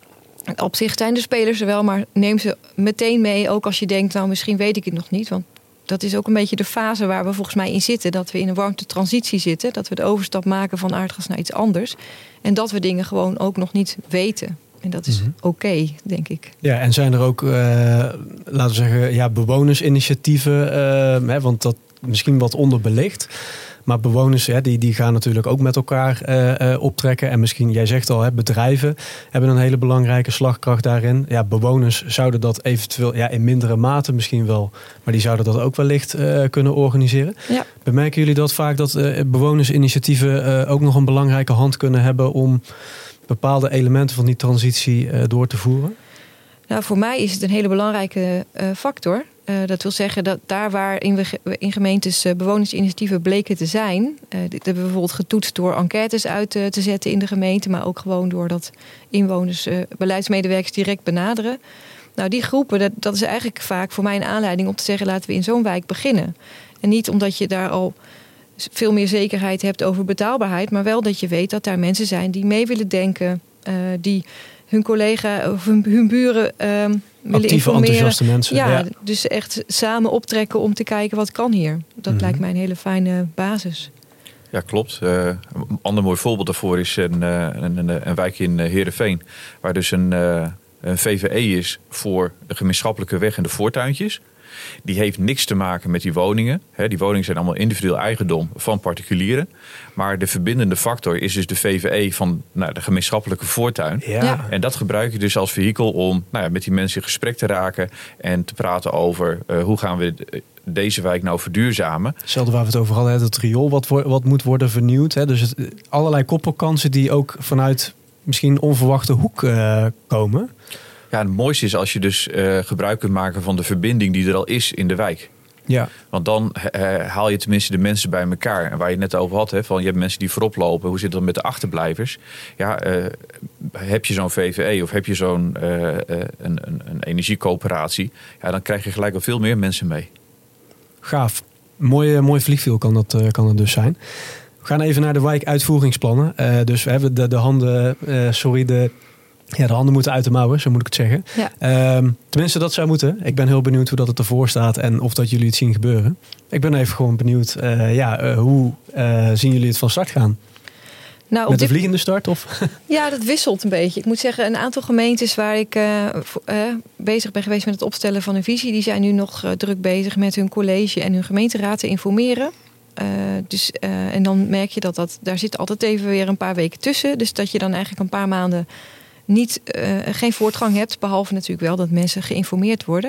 Speaker 2: op zich zijn de spelers er wel, maar neem ze meteen mee, ook als je denkt, nou misschien weet ik het nog niet, want dat is ook een beetje de fase waar we volgens mij in zitten. Dat we in een warmtetransitie zitten. Dat we de overstap maken van aardgas naar iets anders. En dat we dingen gewoon ook nog niet weten. En dat is mm-hmm. oké, okay, denk ik.
Speaker 1: Ja, en zijn er ook, uh, laten we zeggen, ja, bewonersinitiatieven? Uh, hè, want dat misschien wat onderbelicht. Maar bewoners, hè, die, die gaan natuurlijk ook met elkaar uh, uh, optrekken. En misschien, jij zegt al, hè, bedrijven hebben een hele belangrijke slagkracht daarin. Ja, bewoners zouden dat eventueel, ja, in mindere mate misschien wel, maar die zouden dat ook wellicht uh, kunnen organiseren. Ja. Bemerken jullie dat vaak dat uh, bewonersinitiatieven uh, ook nog een belangrijke hand kunnen hebben om bepaalde elementen van die transitie uh, door te voeren?
Speaker 2: Nou, voor mij is het een hele belangrijke uh, factor. Uh, dat wil zeggen dat daar waar in, we, in gemeentes uh, bewonersinitiatieven bleken te zijn, Uh, dit hebben we bijvoorbeeld getoetst door enquêtes uit uh, te zetten in de gemeente, maar ook gewoon doordat inwoners uh, beleidsmedewerkers direct benaderen. Nou, die groepen, dat, dat is eigenlijk vaak voor mij een aanleiding om te zeggen, laten we in zo'n wijk beginnen. En niet omdat je daar al veel meer zekerheid hebt over betaalbaarheid, maar wel dat je weet dat daar mensen zijn die mee willen denken, uh, die hun collega of hun, hun buren uh, willen
Speaker 1: actieve,
Speaker 2: informeren.
Speaker 1: enthousiaste mensen.
Speaker 2: Ja,
Speaker 1: ja,
Speaker 2: dus echt samen optrekken om te kijken wat kan hier. Dat mm-hmm. lijkt mij een hele fijne basis.
Speaker 3: Ja, klopt. Uh, een ander mooi voorbeeld daarvoor is een, uh, een, een, een wijk in Heerenveen, waar dus een, uh, een V V E is voor de gemeenschappelijke weg en de voortuintjes. Die heeft niks te maken met die woningen. He, die woningen zijn allemaal individueel eigendom van particulieren. Maar de verbindende factor is dus de V V E van nou, de gemeenschappelijke voortuin. Ja. En dat gebruik je dus als vehikel om nou ja, met die mensen in gesprek te raken en te praten over uh, hoe gaan we deze wijk nou verduurzamen.
Speaker 1: Hetzelfde waar we het over hadden, het riool wat, wat moet worden vernieuwd. Hè? Dus het, allerlei koppelkansen die ook vanuit misschien onverwachte hoek uh, komen.
Speaker 3: Ja, het mooiste is als je dus uh, gebruik kunt maken van de verbinding die er al is in de wijk.
Speaker 1: Ja.
Speaker 3: Want dan uh, haal je tenminste de mensen bij elkaar. En waar je het net over had, hè, van je hebt mensen die voorop lopen. Hoe zit het dan met de achterblijvers? Ja, uh, heb je zo'n V V E of heb je zo'n uh, uh, een, een, een energiecoöperatie? Ja, dan krijg je gelijk al veel meer mensen mee.
Speaker 1: Gaaf. Mooi, mooi vliegwiel kan dat, uh, kan het dus zijn. We gaan even naar de wijkuitvoeringsplannen. Uh, dus we hebben de, de handen, uh, sorry, de... Ja, de handen moeten uit de mouwen, zo moet ik het zeggen. Ja. Um, tenminste, dat zou moeten. Ik ben heel benieuwd hoe dat het ervoor staat en of dat jullie het zien gebeuren. Ik ben even gewoon benieuwd, uh, ja, uh, hoe uh, zien jullie het van start gaan? Nou, Met de vliegende start? Of?
Speaker 2: Ja, dat wisselt een beetje. Ik moet zeggen, een aantal gemeentes waar ik uh, uh, bezig ben geweest met het opstellen van een visie, die zijn nu nog uh, druk bezig met hun college en hun gemeenteraad te informeren. Uh, dus, uh, en dan merk je dat, dat daar zit altijd even weer een paar weken tussen. Dus dat je dan eigenlijk een paar maanden niet, uh, geen voortgang hebt. Behalve natuurlijk wel dat mensen geïnformeerd worden.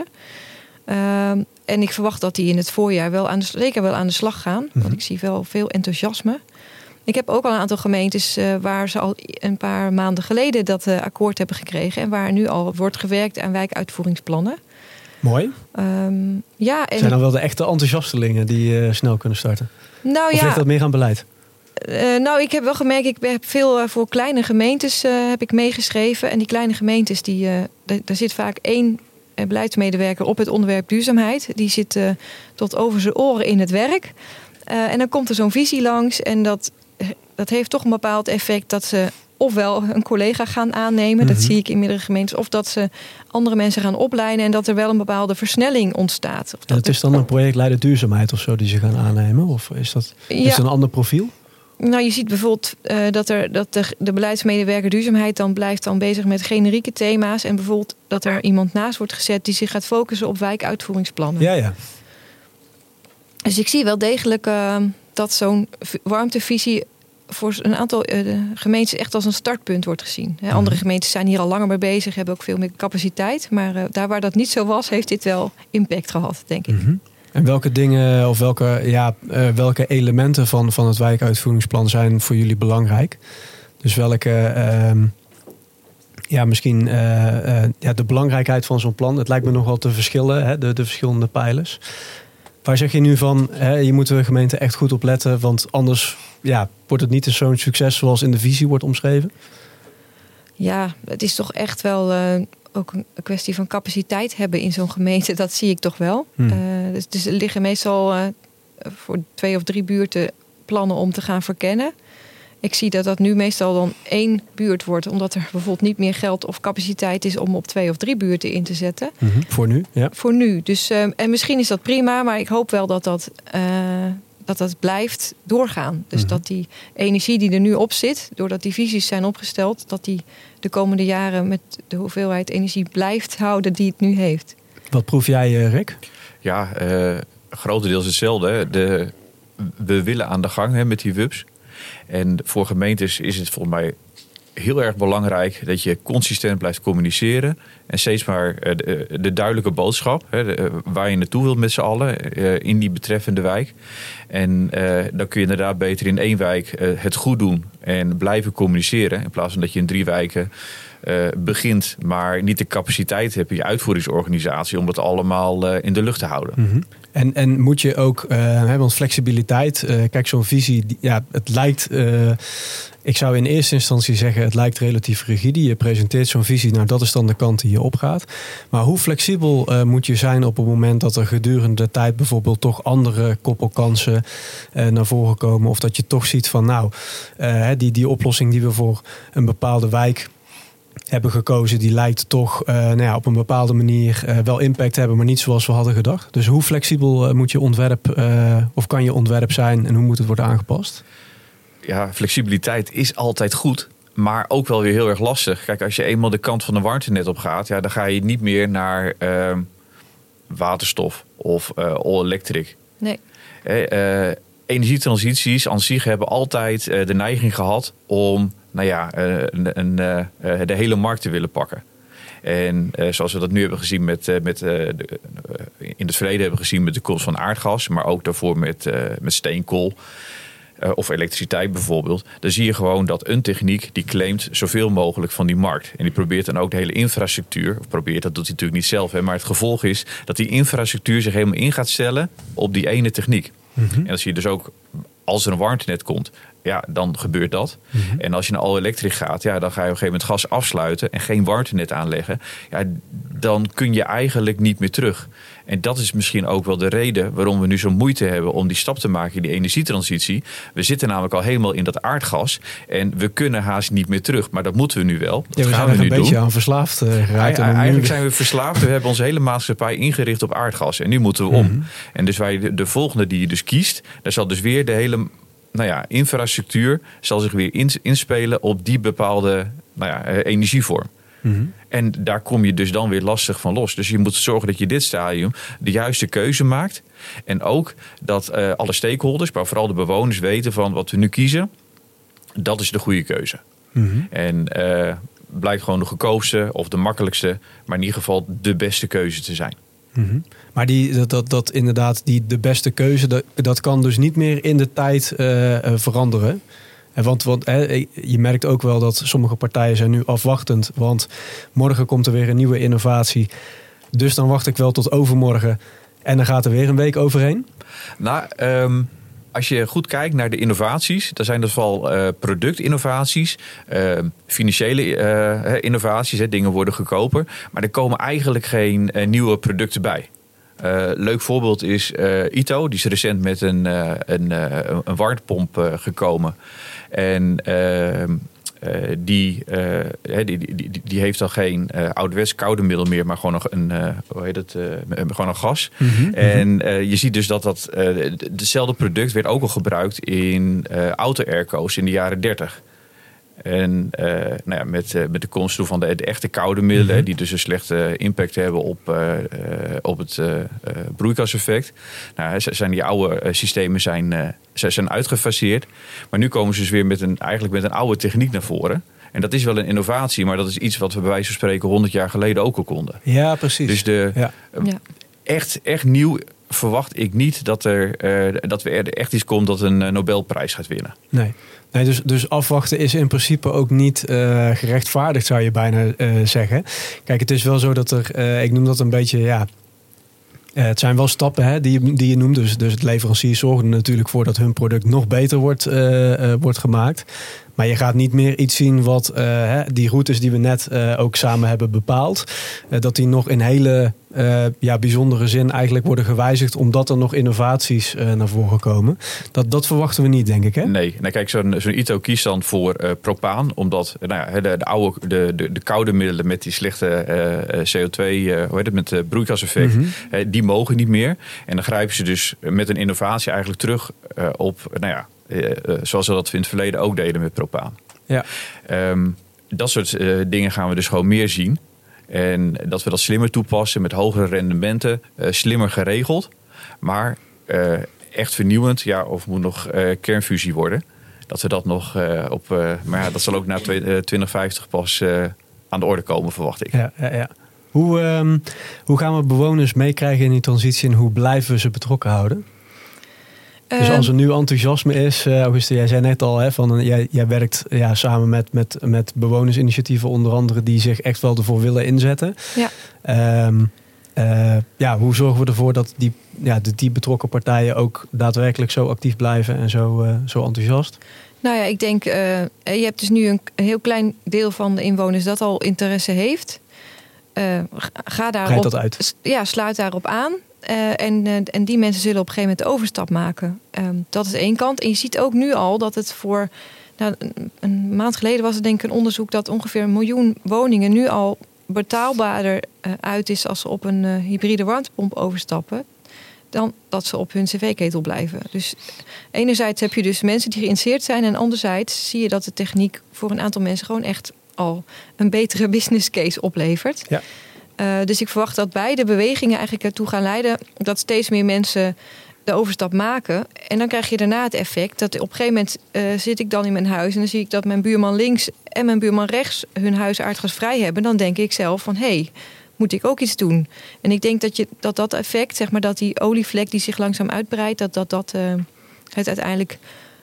Speaker 2: Uh, en ik verwacht dat die in het voorjaar wel aan de, zeker wel aan de slag gaan. Mm-hmm. Want ik zie wel veel enthousiasme. Ik heb ook al een aantal gemeentes uh, waar ze al een paar maanden geleden dat uh, akkoord hebben gekregen. En waar nu al wordt gewerkt aan wijkuitvoeringsplannen.
Speaker 1: Mooi.
Speaker 2: Um, ja, en
Speaker 1: zijn dan wel de echte enthousiastelingen die uh, snel kunnen starten?
Speaker 2: Nou,
Speaker 1: of
Speaker 2: ja,
Speaker 1: ligt dat meer aan beleid?
Speaker 2: Uh, nou, ik heb wel gemerkt, ik heb veel uh, voor kleine gemeentes uh, heb ik meegeschreven. En die kleine gemeentes, die, uh, d- daar zit vaak één uh, beleidsmedewerker op het onderwerp duurzaamheid. Die zit uh, tot over zijn oren in het werk. Uh, en dan komt er zo'n visie langs. En dat, dat heeft toch een bepaald effect dat ze ofwel een collega gaan aannemen. Mm-hmm. Dat zie ik in meerdere gemeentes. Of dat ze andere mensen gaan opleiden. En dat er wel een bepaalde versnelling ontstaat. Of dat
Speaker 1: en het is dan een projectleider duurzaamheid of zo die ze gaan aannemen? Of is dat, ja. is dat een ander profiel?
Speaker 2: Nou, je ziet bijvoorbeeld uh, dat, er, dat de, de beleidsmedewerker duurzaamheid dan blijft dan bezig met generieke thema's. En bijvoorbeeld dat er iemand naast wordt gezet die zich gaat focussen op wijkuitvoeringsplannen.
Speaker 1: Ja, ja.
Speaker 2: Dus ik zie wel degelijk uh, dat zo'n warmtevisie voor een aantal uh, gemeentes echt als een startpunt wordt gezien. He, andere gemeentes zijn hier al langer mee bezig, hebben ook veel meer capaciteit. Maar uh, daar waar dat niet zo was, heeft dit wel impact gehad, denk ik.
Speaker 1: Mm-hmm. En welke dingen of welke, ja, uh, welke elementen van, van het wijkuitvoeringsplan zijn voor jullie belangrijk? Dus welke, uh, ja, misschien uh, uh, ja, de belangrijkheid van zo'n plan. Het lijkt me nogal te verschillen, hè, de, de verschillende pijlers. Waar zeg je nu van, hè, je moet de gemeente echt goed op letten, want anders ja, wordt het niet zo'n succes zoals in de visie wordt omschreven?
Speaker 2: Ja, het is toch echt wel Uh... ook een kwestie van capaciteit hebben in zo'n gemeente. Dat zie ik toch wel. Hmm. Uh, dus, dus er liggen meestal uh, voor twee of drie buurten plannen om te gaan verkennen. Ik zie dat dat nu meestal dan één buurt wordt, omdat er bijvoorbeeld niet meer geld of capaciteit is om op twee of drie buurten in te zetten.
Speaker 1: Mm-hmm. Voor nu? Ja.
Speaker 2: Voor nu. Dus, uh, en misschien is dat prima, maar ik hoop wel dat dat, uh, dat, dat blijft doorgaan. Dus mm-hmm. dat die energie die er nu op zit, doordat die visies zijn opgesteld, dat die de komende jaren met de hoeveelheid energie blijft houden die het nu heeft.
Speaker 1: Wat proef jij, Rick?
Speaker 3: Ja, uh, grotendeels hetzelfde. Hè. De, we willen aan de gang, hè, met die W U P's. En voor gemeentes is het volgens mij heel erg belangrijk dat je consistent blijft communiceren. En steeds maar uh, de, de duidelijke boodschap, hè, de, waar je naartoe wilt met z'n allen uh, in die betreffende wijk. En uh, dan kun je inderdaad beter in één wijk uh, het goed doen en blijven communiceren. In plaats van dat je in drie wijken uh, begint, maar niet de capaciteit hebt in je uitvoeringsorganisatie om dat allemaal uh, in de lucht te houden.
Speaker 1: Mm-hmm. En, en moet je ook, uh, hè, want flexibiliteit, uh, kijk, zo'n visie, die, ja, het lijkt, uh, ik zou in eerste instantie zeggen, het lijkt relatief rigide. Je presenteert zo'n visie, nou dat is dan de kant die je opgaat. Maar hoe flexibel uh, moet je zijn op het moment dat er gedurende de tijd bijvoorbeeld toch andere koppelkansen uh, naar voren komen? Of dat je toch ziet van, nou, uh, die, die oplossing die we voor een bepaalde wijk hebben gekozen, die lijkt toch uh, nou ja, op een bepaalde manier uh, wel impact te hebben, maar niet zoals we hadden gedacht. Dus hoe flexibel uh, moet je ontwerp, uh, of kan je ontwerp zijn en hoe moet het worden aangepast?
Speaker 3: Ja, flexibiliteit is altijd goed, maar ook wel weer heel erg lastig. Kijk, als je eenmaal de kant van de warmtenet op gaat, ja, dan ga je niet meer naar uh, waterstof of uh, all electric.
Speaker 2: Nee.
Speaker 3: Eh, uh, energietransities aan zich hebben altijd uh, de neiging gehad om, nou ja, uh, een, een, uh, de hele markt te willen pakken. En uh, zoals we dat nu hebben gezien met, uh, met uh, de, uh, in het verleden hebben gezien met de komst van aardgas, maar ook daarvoor met, uh, met steenkool. uh, of elektriciteit bijvoorbeeld, dan zie je gewoon dat een techniek die claimt zoveel mogelijk van die markt. En die probeert dan ook de hele infrastructuur, of probeert, dat doet hij natuurlijk niet zelf, hè, maar het gevolg is dat die infrastructuur zich helemaal in gaat stellen op die ene techniek. Mm-hmm. En dan zie je dus ook, als er een warmtenet komt, ja, dan gebeurt dat. Mm-hmm. En als je naar all-electric gaat, ja, dan ga je op een gegeven moment gas afsluiten en geen warmtenet aanleggen. Ja, dan kun je eigenlijk niet meer terug. En dat is misschien ook wel de reden waarom we nu zo'n moeite hebben om die stap te maken in die energietransitie. We zitten namelijk al helemaal in dat aardgas en we kunnen haast niet meer terug. Maar dat moeten we nu wel. Dat
Speaker 1: ja, we
Speaker 3: gaan
Speaker 1: zijn
Speaker 3: we
Speaker 1: er
Speaker 3: nu
Speaker 1: een beetje
Speaker 3: doen.
Speaker 1: aan verslaafd uh, geraakt.
Speaker 3: Ja, ja, eigenlijk zijn we verslaafd. We hebben onze hele maatschappij ingericht op aardgas. En nu moeten we om. Mm-hmm. En dus wij, de, de volgende die je dus kiest, daar zal dus weer de hele nou ja, infrastructuur zal zich weer ins, inspelen op die bepaalde nou ja, energievorm. Mm-hmm. En daar kom je dus dan weer lastig van los. Dus je moet zorgen dat je dit stadium de juiste keuze maakt. En ook dat uh, alle stakeholders, maar vooral de bewoners, weten van wat we nu kiezen. Dat is de goede keuze. Mm-hmm. En uh, blijkt gewoon de goedkoopste of de makkelijkste, maar in ieder geval de beste keuze te zijn.
Speaker 1: Mm-hmm. Maar die, dat, dat, dat inderdaad, die, de beste keuze, dat, dat kan dus niet meer in de tijd uh, uh, veranderen. Want, want hè, je merkt ook wel dat sommige partijen zijn nu afwachtend. Want morgen komt er weer een nieuwe innovatie. Dus dan wacht ik wel tot overmorgen. En dan gaat er weer een week overheen.
Speaker 3: Nou, um, als je goed kijkt naar de innovaties. Dan zijn dat vooral uh, productinnovaties. Uh, financiële uh, innovaties. Hè, dingen worden goedkoper. Maar er komen eigenlijk geen uh, nieuwe producten bij. Uh, leuk voorbeeld is uh, Ito. Die is recent met een, uh, een, uh, een warmtepomp uh, gekomen. En uh, uh, die, uh, die, die, die, die heeft dan geen uh, ouderwets koude middel meer, maar gewoon nog een, uh, hoe heet het, uh, gewoon een gas. Mm-hmm. En uh, je ziet dus dat dat uh, hetzelfde product werd ook al gebruikt in uh, auto-airco's in de jaren dertig. En uh, nou ja, met, uh, met de komst toe van de, de echte koude middelen, mm-hmm. die dus een slechte impact hebben op, uh, uh, op het uh, uh, broeikaseffect. Nou, zijn die oude uh, systemen zijn, uh, zijn uitgefaseerd. Maar nu komen ze dus weer met een, eigenlijk met een oude techniek naar voren. En dat is wel een innovatie, maar dat is iets wat we bij wijze van spreken honderd jaar geleden ook al konden.
Speaker 1: Ja, precies.
Speaker 3: Dus de,
Speaker 1: ja.
Speaker 3: Uh, echt, echt nieuw verwacht ik niet dat er, uh, dat we er echt iets komt dat een uh, Nobelprijs gaat winnen.
Speaker 1: Nee. Nee, dus, dus afwachten is in principe ook niet uh, gerechtvaardigd, zou je bijna uh, zeggen. Kijk, het is wel zo dat er, uh, ik noem dat een beetje, ja, uh, het zijn wel stappen hè, die, je, die je noemt. Dus, dus het leverancier zorgt er natuurlijk voor dat hun product nog beter wordt, uh, uh, wordt gemaakt. Maar je gaat niet meer iets zien wat uh, hè, die routes die we net uh, ook samen hebben bepaald, Uh, dat die nog in hele uh, ja, bijzondere zin eigenlijk worden gewijzigd, omdat er nog innovaties uh, naar voren komen. Dat, dat verwachten we niet, denk ik, hè? Nee,
Speaker 3: nou, kijk, zo'n, zo'n Ito kiest dan voor uh, propaan, omdat nou ja, de, de, oude, de, de, de koude middelen met die slechte uh, C O twee, uh, hoe heet het, met het broeikaseffect, mm-hmm. uh, die mogen niet meer. En dan grijpen ze dus met een innovatie eigenlijk terug uh, op, nou ja, Uh, uh, zoals we dat in het verleden ook deden met propaan.
Speaker 1: Ja.
Speaker 3: Um, dat soort uh, dingen gaan we dus gewoon meer zien. En dat we dat slimmer toepassen met hogere rendementen, uh, slimmer geregeld. Maar uh, echt vernieuwend, ja, of moet nog uh, kernfusie worden. Dat we dat nog uh, op, uh, maar ja, dat zal ook na twintig vijftig pas uh, aan de orde komen, verwacht ik.
Speaker 1: Ja, ja, ja. Hoe, um, hoe gaan we bewoners meekrijgen in die transitie en hoe blijven we ze betrokken houden? Dus als er nu enthousiasme is, uh, Auguste, jij zei net al, hè, van, jij, jij werkt ja, samen met, met, met bewonersinitiatieven onder andere die zich echt wel ervoor willen inzetten.
Speaker 2: Ja.
Speaker 1: Um, uh, ja, hoe zorgen we ervoor dat die, ja, de, die betrokken partijen ook daadwerkelijk zo actief blijven en zo, uh, zo enthousiast?
Speaker 2: Nou ja, ik denk, uh, je hebt dus nu een, een heel klein deel van de inwoners dat al interesse heeft. Uh, ga daarop,
Speaker 1: Breid dat uit.
Speaker 2: Ja, sluit daarop aan. Uh, en, uh, en die mensen zullen op een gegeven moment de overstap maken. Um, dat is één kant. En je ziet ook nu al dat het voor... Nou, een, een maand geleden was er denk ik een onderzoek dat ongeveer een miljoen woningen nu al betaalbaarder uh, uit is als ze op een uh, hybride warmtepomp overstappen, dan dat ze op hun cv-ketel blijven. Dus enerzijds heb je dus mensen die geïnteresseerd zijn en anderzijds zie je dat de techniek voor een aantal mensen gewoon echt al een betere business case oplevert.
Speaker 1: Ja.
Speaker 2: Uh, dus ik verwacht dat beide bewegingen eigenlijk ertoe gaan leiden dat steeds meer mensen de overstap maken. En dan krijg je daarna het effect dat op een gegeven moment uh, zit ik dan in mijn huis en dan zie ik dat mijn buurman links en mijn buurman rechts hun huis aardgasvrij hebben. Dan denk ik zelf van, hé, hey, moet ik ook iets doen? En ik denk dat je, dat, dat effect, zeg maar, dat die olievlek die zich langzaam uitbreidt, dat dat, dat uh, het uiteindelijk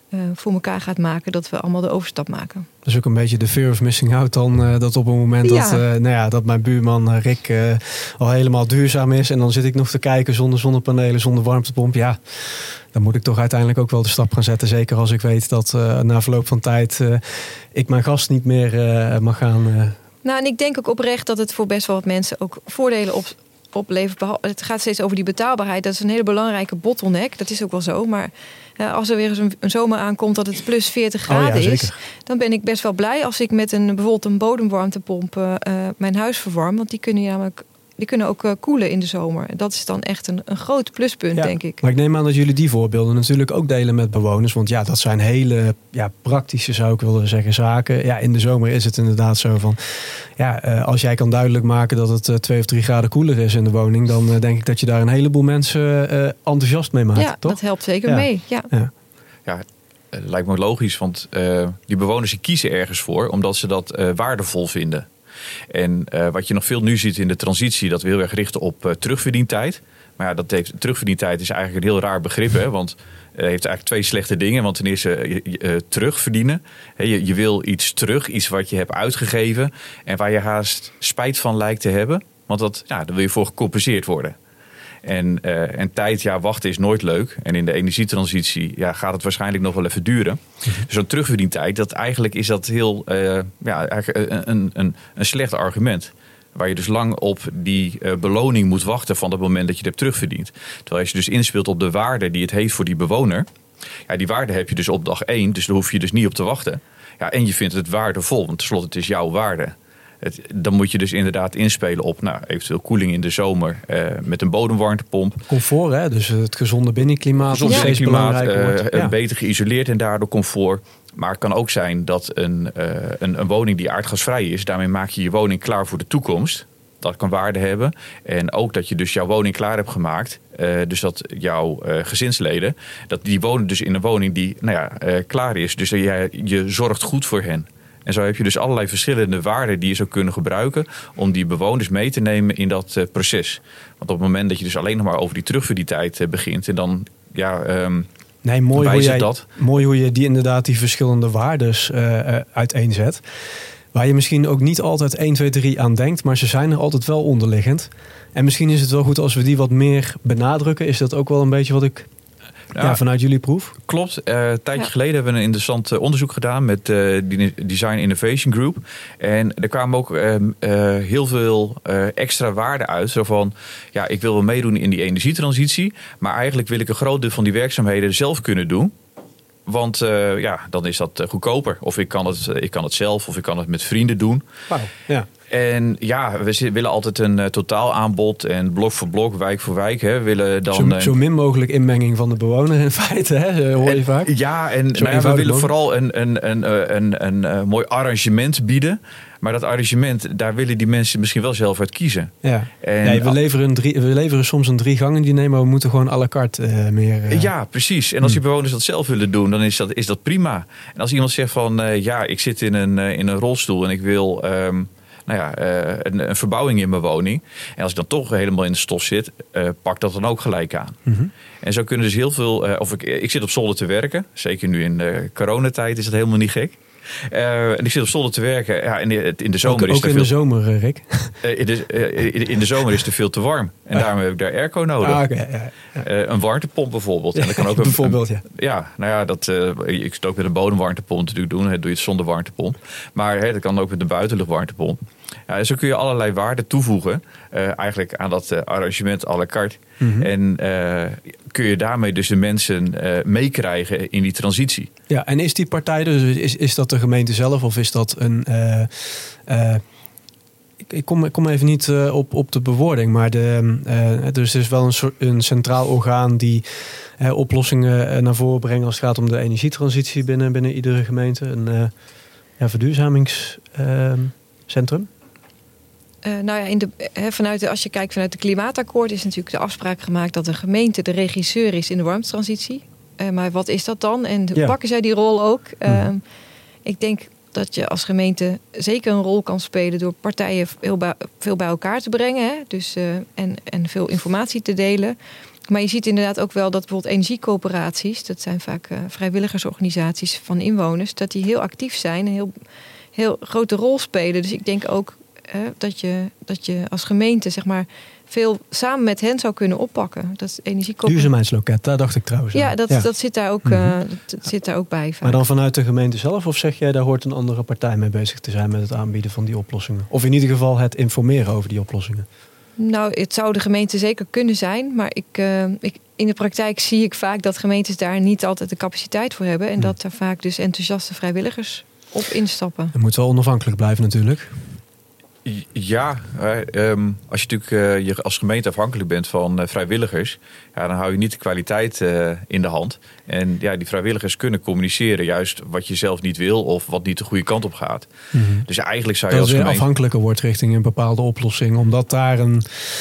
Speaker 2: uh, voor elkaar gaat maken, dat we allemaal de overstap maken.
Speaker 1: Dat is ook een beetje de fear of missing out dan. Uh, dat op een moment ja. dat, uh, nou ja, dat mijn buurman uh, Rick uh, al helemaal duurzaam is. En dan zit ik nog te kijken zonder zonnepanelen, zonder warmtepomp. Ja, dan moet ik toch uiteindelijk ook wel de stap gaan zetten. Zeker als ik weet dat uh, na verloop van tijd uh, ik mijn gas niet meer uh, mag gaan... Uh...
Speaker 2: Nou, en ik denk ook oprecht dat het voor best wel wat mensen ook voordelen op, oplevert. Het gaat steeds over die betaalbaarheid. Dat is een hele belangrijke bottleneck. Dat is ook wel zo. Maar uh, als er weer eens een, een zomer aankomt dat het plus veertig graden oh ja, is, dan ben ik best wel blij als ik met een bijvoorbeeld een bodemwarmtepomp uh, mijn huis verwarm. Want die kunnen namelijk Die kunnen ook uh, koelen in de zomer. Dat is dan echt een, een groot pluspunt,
Speaker 1: ja,
Speaker 2: denk ik.
Speaker 1: Maar ik neem aan dat jullie die voorbeelden natuurlijk ook delen met bewoners. Want ja, dat zijn hele ja, praktische, zou ik willen zeggen, zaken. Ja, in de zomer is het inderdaad zo van... Ja, uh, als jij kan duidelijk maken dat het uh, twee of drie graden koeler is in de woning... dan uh, denk ik dat je daar een heleboel mensen uh, enthousiast mee maakt,
Speaker 2: ja,
Speaker 1: toch?
Speaker 2: Dat helpt zeker ja. mee, ja.
Speaker 3: Ja, ja uh, lijkt me logisch, want uh, die bewoners die kiezen ergens voor... omdat ze dat uh, waardevol vinden. En uh, wat je nog veel nu ziet in de transitie, dat we heel erg richten op uh, terugverdientijd. Maar ja, dat heeft, terugverdientijd is eigenlijk een heel raar begrip. Hè? Want het uh, heeft eigenlijk twee slechte dingen. Want ten eerste uh, uh, terugverdienen. He, je, je wil iets terug, iets wat je hebt uitgegeven. En waar je haast spijt van lijkt te hebben. Want dat, ja, daar wil je voor gecompenseerd worden. En, uh, en tijd, ja, wachten is nooit leuk. En in de energietransitie ja, gaat het waarschijnlijk nog wel even duren. Mm-hmm. Dus zo'n terugverdientijd, dat eigenlijk is dat heel uh, ja, eigenlijk een, een, een slecht argument. Waar je dus lang op die uh, beloning moet wachten van het moment dat je het hebt terugverdiend. Terwijl als je dus inspeelt op de waarde die het heeft voor die bewoner. Ja, die waarde heb je dus op dag één, dus daar hoef je dus niet op te wachten. Ja, en je vindt het waardevol, want tenslotte het is jouw waarde. Het, dan moet je dus inderdaad inspelen op nou, eventueel koeling in de zomer uh, met een bodemwarmtepomp.
Speaker 1: Comfort, hè? Dus het gezonde binnenklimaat.
Speaker 3: Gezonde
Speaker 1: ja.
Speaker 3: binnenklimaat, uh,
Speaker 1: ja.
Speaker 3: beter geïsoleerd en daardoor comfort. Maar het kan ook zijn dat een, uh, een, een woning die aardgasvrij is, daarmee maak je je woning klaar voor de toekomst. Dat kan waarde hebben. En ook dat je dus jouw woning klaar hebt gemaakt. Uh, dus dat jouw uh, gezinsleden, dat die wonen dus in een woning die nou ja, uh, klaar is. Dus jij, je zorgt goed voor hen. En zo heb je dus allerlei verschillende waarden die je zou kunnen gebruiken om die bewoners mee te nemen in dat uh, proces. Want op het moment dat je dus alleen nog maar over die terugverdientijd uh, begint en dan ja, um,
Speaker 1: nee, mooi hoe jij,
Speaker 3: dat.
Speaker 1: Mooi hoe je die inderdaad die verschillende waardes uh, uh, uiteenzet. Waar je misschien ook niet altijd één, twee, drie aan denkt, maar ze zijn er altijd wel onderliggend. En misschien is het wel goed als we die wat meer benadrukken. Is dat ook wel een beetje wat ik... Ja, ja, vanuit jullie proef?
Speaker 3: Klopt. Uh, een tijdje ja. geleden hebben we een interessant uh, onderzoek gedaan met uh, Design Innovation Group. En er kwamen ook uh, uh, heel veel uh, extra waarden uit. Zo van, ja, ik wil wel meedoen in die energietransitie. Maar eigenlijk wil ik een groot deel van die werkzaamheden zelf kunnen doen. Want uh, ja, dan is dat uh, goedkoper. Of ik kan, het, uh, ik kan het zelf of ik kan het met vrienden doen.
Speaker 1: Wow, ja.
Speaker 3: En ja, we willen altijd een uh, totaalaanbod en blok voor blok, wijk voor wijk. Hè. We willen dan,
Speaker 1: zo, uh, zo min mogelijk inmenging van de bewoner in feite, hè, hoor je
Speaker 3: en,
Speaker 1: vaak.
Speaker 3: Ja, en nou ja, we willen mogelijk. vooral een, een, een, een, een, een, een mooi arrangement bieden. Maar dat arrangement, daar willen die mensen misschien wel zelf uit kiezen. Ja. En,
Speaker 1: nee, we, leveren een drie, we leveren soms een drie gangen diner, maar we moeten gewoon à la carte uh, meer... Uh...
Speaker 3: Ja, precies. En als die bewoners dat zelf willen doen, dan is dat, is dat prima. En als iemand zegt van, uh, ja, ik zit in een, uh, in een rolstoel en ik wil... Um, Nou ja, uh, een, een verbouwing in mijn woning. En als ik dan toch helemaal in de stof zit, uh, pak dat dan ook gelijk aan. Mm-hmm. En zo kunnen dus heel veel... Uh, of ik, ik zit op zolder te werken. Zeker nu in de coronatijd is dat helemaal niet gek. Uh, en ik zit op zolder te werken. Ja, in, de, in de zomer
Speaker 1: ook,
Speaker 3: is
Speaker 1: ook
Speaker 3: er
Speaker 1: in
Speaker 3: veel,
Speaker 1: de zomer, Rick?
Speaker 3: Uh, in, de, uh, in de zomer is het veel te warm. En daarom heb ik daar airco nodig. Ah, okay, ja, ja. Uh, een warmtepomp bijvoorbeeld. En dat kan ook een,
Speaker 1: bijvoorbeeld, ja.
Speaker 3: Ja, nou ja, dat, uh, ik zit ook met een bodemwarmtepomp natuurlijk doen. Dat doe je het zonder warmtepomp. Maar hè, dat kan ook met een buitenluchtwarmtepomp. Ja, zo kun je allerlei waarden toevoegen. Uh, eigenlijk aan dat uh, arrangement à la carte. Mm-hmm. En uh, kun je daarmee dus de mensen uh, meekrijgen in die transitie.
Speaker 1: Ja, en is die partij dus, is, is dat de gemeente zelf of is dat een... Uh, uh, ik, ik, kom, ik kom even niet uh, op, op de bewoording, maar de, uh, dus er is wel een, soort, een centraal orgaan die uh, oplossingen uh, naar voren brengt als het gaat om de energietransitie binnen, binnen iedere gemeente. Een uh, ja, verduurzamingscentrum. Uh,
Speaker 2: Uh, nou ja, in de, he, vanuit de, als je kijkt vanuit het klimaatakkoord is natuurlijk de afspraak gemaakt dat de gemeente de regisseur is in de warmtransitie. Uh, maar wat is dat dan? En ja. pakken zij die rol ook? Uh, mm. Ik denk dat je als gemeente zeker een rol kan spelen door partijen veel bij, veel bij elkaar te brengen. Hè? Dus, uh, en, en veel informatie te delen. Maar je ziet inderdaad ook wel dat bijvoorbeeld energiecoöperaties, dat zijn vaak uh, vrijwilligersorganisaties van inwoners, dat die heel actief zijn en heel, heel grote rol spelen. Dus ik denk ook uh, dat, je, dat je als gemeente zeg maar veel samen met hen zou kunnen oppakken. Dat energiecoöperatie.
Speaker 1: Duurzaamheidsloket, daar dacht ik trouwens.
Speaker 2: Ja, dat, ja. dat, zit, daar ook, uh, dat zit daar ook bij. Vaak.
Speaker 1: Maar dan vanuit de gemeente zelf, of zeg jij daar hoort een andere partij mee bezig te zijn met het aanbieden van die oplossingen? Of in ieder geval het informeren over die oplossingen?
Speaker 2: Nou, het zou de gemeente zeker kunnen zijn. Maar ik, uh, ik, in de praktijk zie ik vaak dat gemeentes daar niet altijd de capaciteit voor hebben. En hmm. dat er vaak dus enthousiaste vrijwilligers op instappen.
Speaker 1: Het moet wel onafhankelijk blijven natuurlijk.
Speaker 3: Ja, um, als je natuurlijk uh, je als gemeente afhankelijk bent van uh, vrijwilligers, ja, dan hou je niet de kwaliteit uh, in de hand. En ja, die vrijwilligers kunnen communiceren juist wat je zelf niet wil of wat niet de goede kant op gaat. Mm-hmm. Dus eigenlijk zou je
Speaker 1: dat
Speaker 3: als
Speaker 1: het
Speaker 3: gemeente
Speaker 1: afhankelijker wordt richting een bepaalde oplossing, omdat daar een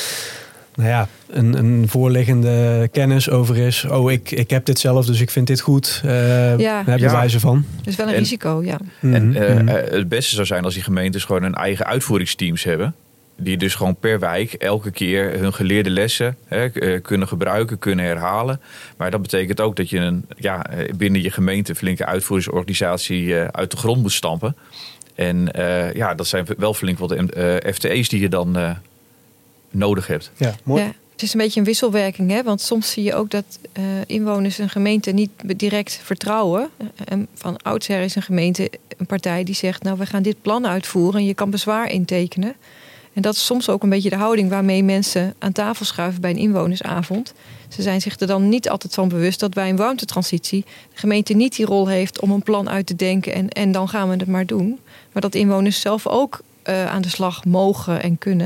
Speaker 1: Nou ja, een, een voorliggende kennis over is. Oh, ik, ik heb dit zelf, dus ik vind dit goed. Uh, ja. Daar heb je bewijzen ja. van.
Speaker 2: Dat is wel een en, risico, ja.
Speaker 3: En uh, mm-hmm. uh, het beste zou zijn als die gemeentes gewoon een eigen uitvoeringsteams hebben. Die dus gewoon per wijk elke keer hun geleerde lessen hè, kunnen gebruiken, kunnen herhalen. Maar dat betekent ook dat je een, ja, binnen je gemeente een flinke uitvoeringsorganisatie uh, uit de grond moet stampen. En uh, ja, dat zijn wel flink wat uh, F T E's die je dan uh, nodig hebt.
Speaker 1: Ja, mooi.
Speaker 2: Ja, het is een beetje een wisselwerking, hè? Want soms zie je ook dat uh, inwoners een gemeente niet direct vertrouwen. En van oudsher is een gemeente een partij die zegt, nou, we gaan dit plan uitvoeren en je kan bezwaar intekenen. En dat is soms ook een beetje de houding waarmee mensen aan tafel schuiven bij een inwonersavond. Ze zijn zich er dan niet altijd van bewust dat bij een warmtetransitie de gemeente niet die rol heeft om een plan uit te denken en, en dan gaan we het maar doen. Maar dat inwoners zelf ook uh, aan de slag mogen en kunnen.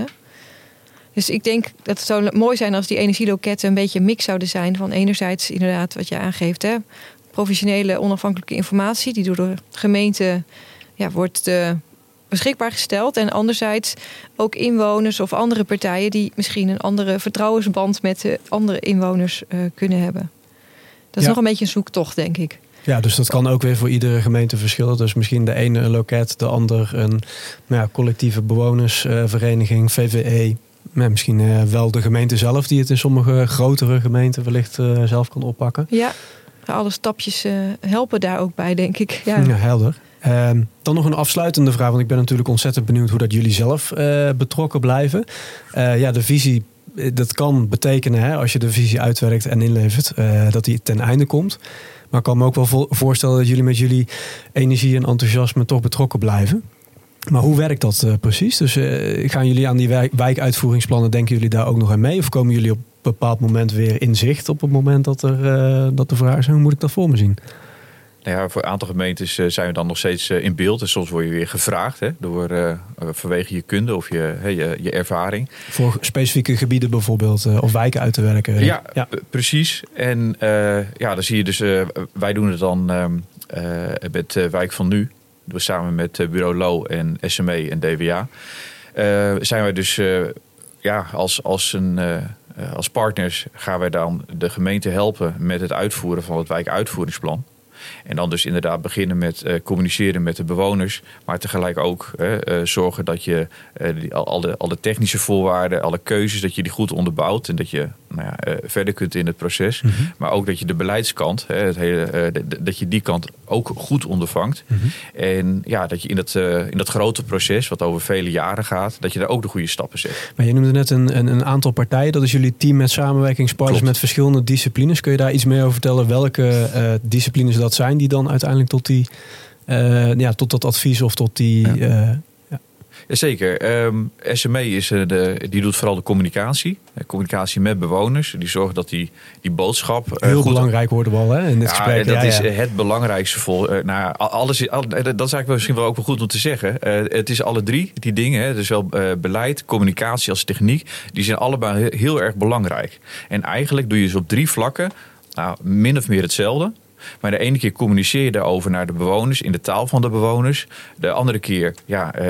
Speaker 2: Dus ik denk dat het zou mooi zijn als die energieloketten een beetje een mix zouden zijn van enerzijds inderdaad wat je aangeeft, hè, professionele onafhankelijke informatie die door de gemeente ja, wordt uh, beschikbaar gesteld. En anderzijds ook inwoners of andere partijen die misschien een andere vertrouwensband met de andere inwoners uh, kunnen hebben. Dat is ja. nog een beetje een zoektocht, denk ik.
Speaker 1: Ja, dus dat kan ook weer voor iedere gemeente verschillen. Dus misschien de ene een loket, de ander een nou ja, collectieve bewonersvereniging, V V E. Ja, misschien uh, wel de gemeente zelf die het in sommige grotere gemeenten wellicht uh, zelf kan oppakken.
Speaker 2: Ja, alle stapjes uh, helpen daar ook bij, denk ik. Ja,
Speaker 1: ja helder. Uh, dan nog een afsluitende vraag, want ik ben natuurlijk ontzettend benieuwd hoe dat jullie zelf uh, betrokken blijven. Uh, ja, de visie, dat kan betekenen, hè, als je de visie uitwerkt en inlevert, uh, dat die ten einde komt. Maar ik kan me ook wel vo- voorstellen dat jullie met jullie energie en enthousiasme toch betrokken blijven. Maar hoe werkt dat uh, precies? Dus uh, gaan jullie aan die wijk- wijkuitvoeringsplannen, denken jullie daar ook nog aan mee? Of komen jullie op een bepaald moment weer in zicht op het moment dat, er, uh, dat de vraag is, hoe moet ik dat voor me zien?
Speaker 3: Nou ja, voor een aantal gemeentes uh, zijn we dan nog steeds uh, in beeld. En soms word je weer gevraagd hè, door, uh, vanwege je kunde of je, hey, je, je ervaring.
Speaker 1: Voor specifieke gebieden bijvoorbeeld, uh, of wijken uit te werken.
Speaker 3: Ja, ja. P- precies. En uh, ja, dan zie je dus, uh, wij doen het dan uh, uh, met uh, Wijk van Nu. We samen met uh, Bureau Lo en S M E en D W A. Uh, zijn wij dus uh, ja, als, als, een, uh, als partners gaan wij dan de gemeente helpen met het uitvoeren van het wijkuitvoeringsplan. En dan dus inderdaad beginnen met uh, communiceren met de bewoners. Maar tegelijk ook uh, uh, zorgen dat je uh, die, al, de, al de technische voorwaarden, alle keuzes, dat je die goed onderbouwt. En dat je nou ja, uh, verder kunt in het proces. Mm-hmm. Maar ook dat je de beleidskant, uh, het hele, uh, de, de, dat je die kant ook goed ondervangt. Mm-hmm. En ja, dat je in dat, uh, in dat grote proces, wat over vele jaren gaat, dat je daar ook de goede stappen zet.
Speaker 1: Maar je noemde net een, een, een aantal partijen. Dat is jullie team met samenwerkingspartners met verschillende disciplines. Kun je daar iets meer over vertellen? Welke uh, disciplines dat zijn die dan uiteindelijk tot die uh, ja, tot dat advies of tot die. Ja. Uh, ja.
Speaker 3: Zeker. Um, S M E is uh, de, die doet vooral de communicatie. Communicatie met bewoners. Die zorgen dat die, die boodschap. Uh,
Speaker 1: Heel
Speaker 3: goed
Speaker 1: belangrijk worden we al hè, in dit
Speaker 3: ja,
Speaker 1: gesprek.
Speaker 3: Dat
Speaker 1: ja,
Speaker 3: is
Speaker 1: ja.
Speaker 3: het belangrijkste voor. Uh, nou, alles, al, dat is eigenlijk misschien wel ook wel goed om te zeggen. Uh, het is alle drie die dingen. Hè, dus wel uh, beleid, communicatie als techniek. Die zijn allebei heel, heel erg belangrijk. En eigenlijk doe je ze op drie vlakken. Nou, min of meer hetzelfde. Maar de ene keer communiceer je daarover naar de bewoners in de taal van de bewoners. De andere keer ja, uh,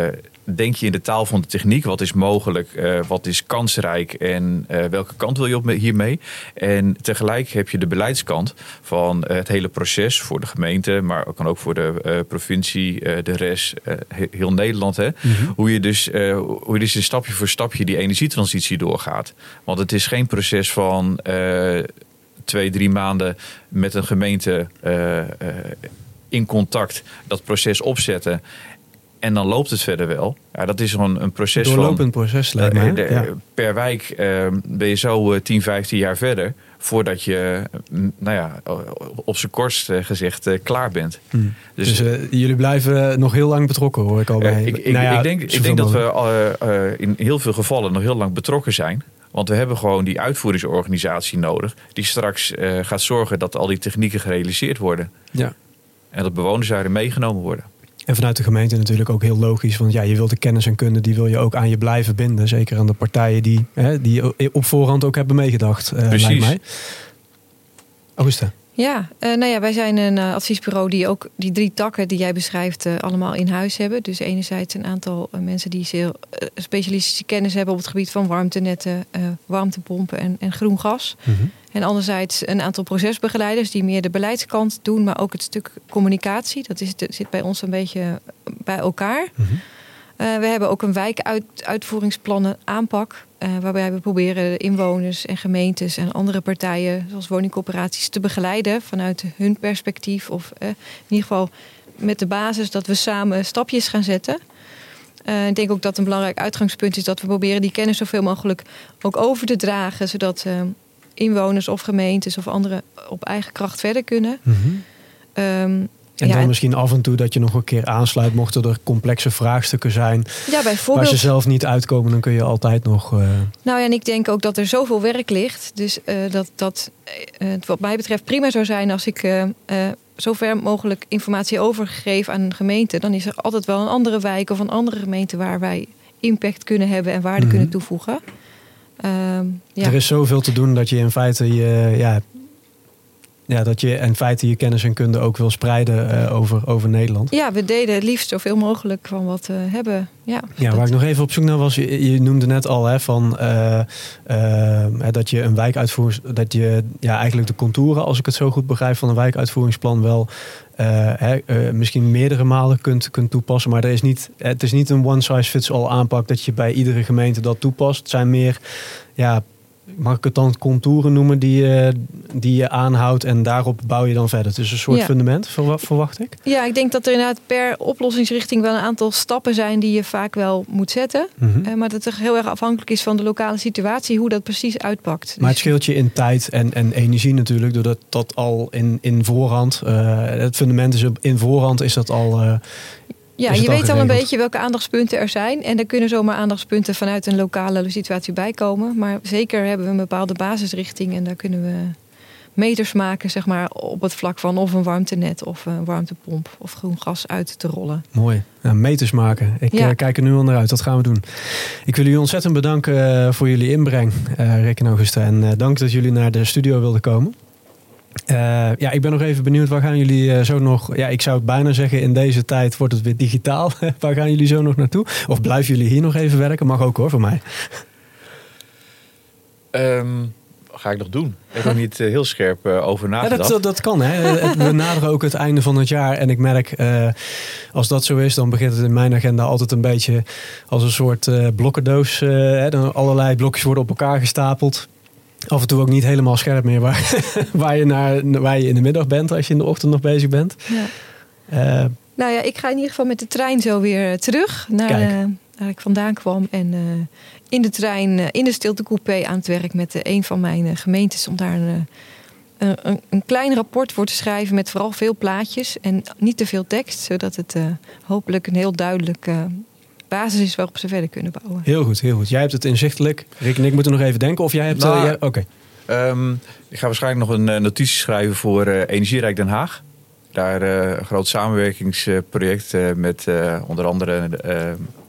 Speaker 3: denk je in de taal van de techniek. Wat is mogelijk, uh, wat is kansrijk en uh, welke kant wil je op me- hiermee? En tegelijk heb je de beleidskant van uh, het hele proces voor de gemeente, maar kan ook voor de uh, provincie, uh, de rest, uh, he- heel Nederland. Hè? Mm-hmm. Hoe je dus, uh, hoe je dus een stapje voor stapje die energietransitie doorgaat. Want het is geen proces van uh, twee, drie maanden met een gemeente uh, uh, in contact dat proces opzetten. En dan loopt het verder wel. Ja, dat is gewoon een proces van...
Speaker 1: Doorlopend proces, lijkt mij.
Speaker 3: Uh, ja. Per wijk uh, ben je zo uh, tien, vijftien jaar verder voordat je, uh, nou ja, op z'n kortst uh, gezegd uh, klaar bent.
Speaker 1: Hmm. Dus, dus uh, jullie blijven nog heel lang betrokken, hoor ik al bij.
Speaker 3: Uh, ik, ik, nou ja, ik denk, ik denk dat we uh, uh, in heel veel gevallen nog heel lang betrokken zijn. Want we hebben gewoon die uitvoeringsorganisatie nodig die straks uh, gaat zorgen dat al die technieken gerealiseerd worden.
Speaker 1: Ja.
Speaker 3: En dat bewoners daarin meegenomen worden.
Speaker 1: En vanuit de gemeente natuurlijk ook heel logisch. Want ja, je wilt de kennis en kunde, die wil je ook aan je blijven binden. Zeker aan de partijen die, hè, die op voorhand ook hebben meegedacht. Uh,
Speaker 3: Precies.
Speaker 1: Lijkt mij. Augusta.
Speaker 2: Ja, uh, nou ja, wij zijn een uh, adviesbureau die ook die drie takken die jij beschrijft uh, allemaal in huis hebben. Dus enerzijds een aantal uh, mensen die zeer uh, specialistische kennis hebben op het gebied van warmtenetten, uh, warmtepompen en, en groen gas. Mm-hmm. En anderzijds een aantal procesbegeleiders die meer de beleidskant doen, maar ook het stuk communicatie. Dat is, dat zit bij ons een beetje bij elkaar. Mm-hmm. Uh, we hebben ook een wijkuitvoeringsplannen aanpak. Uh, waarbij we proberen de inwoners en gemeentes en andere partijen, zoals woningcorporaties, te begeleiden vanuit hun perspectief. Of uh, in ieder geval met de basis dat we samen stapjes gaan zetten. Uh, ik denk ook dat een belangrijk uitgangspunt is dat we proberen die kennis zoveel mogelijk ook over te dragen. Zodat uh, inwoners of gemeentes of anderen op eigen kracht verder kunnen.
Speaker 1: Mm-hmm.
Speaker 2: Um,
Speaker 1: En
Speaker 2: ja,
Speaker 1: dan
Speaker 2: en
Speaker 1: misschien af en toe dat je nog een keer aansluit, mochten er complexe vraagstukken zijn.
Speaker 2: Ja, bijvoorbeeld.
Speaker 1: Waar ze zelf niet uitkomen, dan kun je altijd nog... Uh...
Speaker 2: Nou ja, en ik denk ook dat er zoveel werk ligt. Dus uh, dat, dat uh, het wat mij betreft prima zou zijn als ik uh, uh, zo ver mogelijk informatie overgeef aan een gemeente. Dan is er altijd wel een andere wijk of een andere gemeente waar wij impact kunnen hebben en waarde mm-hmm. kunnen toevoegen. Uh, ja.
Speaker 1: Er is zoveel te doen dat je in feite je... Ja, Ja, dat je in feite je kennis en kunde ook wil spreiden uh, over, over Nederland.
Speaker 2: Ja, we deden het liefst zoveel mogelijk van wat we hebben. Ja,
Speaker 1: ja
Speaker 2: dat...
Speaker 1: waar ik nog even op zoek naar was, je, je noemde net al hè, van, uh, uh, dat je een wijkuitvoerings... dat je ja, eigenlijk de contouren, als ik het zo goed begrijp, van een wijkuitvoeringsplan wel uh, hè, uh, misschien meerdere malen kunt, kunt toepassen. Maar er is niet, het is niet een one-size-fits-all aanpak dat je bij iedere gemeente dat toepast. Het zijn meer... ja. Mag ik het dan contouren noemen die je, die je aanhoudt en daarop bouw je dan verder? Het is een soort ja. fundament, verwacht ik?
Speaker 2: Ja, ik denk dat er inderdaad per oplossingsrichting wel een aantal stappen zijn die je vaak wel moet zetten. Mm-hmm. Uh, maar dat het heel erg afhankelijk is van de lokale situatie, hoe dat precies uitpakt.
Speaker 1: Maar
Speaker 2: dus...
Speaker 1: het scheelt je in tijd en, en energie natuurlijk, doordat dat al in, in voorhand, uh, het fundament is op, in voorhand is dat al... Uh,
Speaker 2: Ja, je weet al een beetje welke aandachtspunten er zijn. En er kunnen zomaar aandachtspunten vanuit een lokale situatie bij komen. Maar zeker hebben we een bepaalde basisrichting. En daar kunnen we meters maken, zeg maar, op het vlak van of een warmtenet of een warmtepomp of groen gas uit te rollen.
Speaker 1: Mooi. Ja, meters maken. Ik ja. uh, kijk er nu al naar uit. Dat gaan we doen. Ik wil jullie ontzettend bedanken uh, voor jullie inbreng, uh, Rick en Augusta. En uh, dank dat jullie naar de studio wilden komen. Uh, ja, ik ben nog even benieuwd, waar gaan jullie uh, zo nog... Ja, ik zou het bijna zeggen, in deze tijd wordt het weer digitaal. Waar gaan jullie zo nog naartoe? Of blijven jullie hier nog even werken? Mag ook hoor, voor mij.
Speaker 3: Um, wat ga ik nog doen? Ik heb er niet uh, heel scherp uh, over nagedacht.
Speaker 1: Ja, dat, dat kan, hè. We naderen ook het einde van het jaar. En ik merk, uh, als dat zo is, dan begint het in mijn agenda altijd een beetje als een soort uh, blokkendoos. Uh, hè, dan allerlei blokjes worden op elkaar gestapeld. Af en toe ook niet helemaal scherp meer waar, waar, je naar, waar je in de middag bent als je in de ochtend nog bezig bent.
Speaker 2: Ja. Uh, nou ja, ik ga in ieder geval met de trein zo weer terug naar uh, waar ik vandaan kwam. En uh, in de trein, uh, in de stiltecoupé aan het werk met uh, een van mijn uh, gemeentes. Om daar een, uh, een, een klein rapport voor te schrijven met vooral veel plaatjes en niet te veel tekst. Zodat het uh, hopelijk een heel duidelijk... Uh, basis is waarop ze verder kunnen bouwen.
Speaker 1: Heel goed, heel goed. Jij hebt het inzichtelijk. Rick en ik moeten nog even denken of jij hebt...
Speaker 3: Nou,
Speaker 1: uh, ja, Oké.
Speaker 3: Okay. Um, ik ga waarschijnlijk nog een uh, notitie schrijven voor uh, Energierijk Den Haag. Daar uh, een groot samenwerkingsproject uh, met uh, onder andere uh,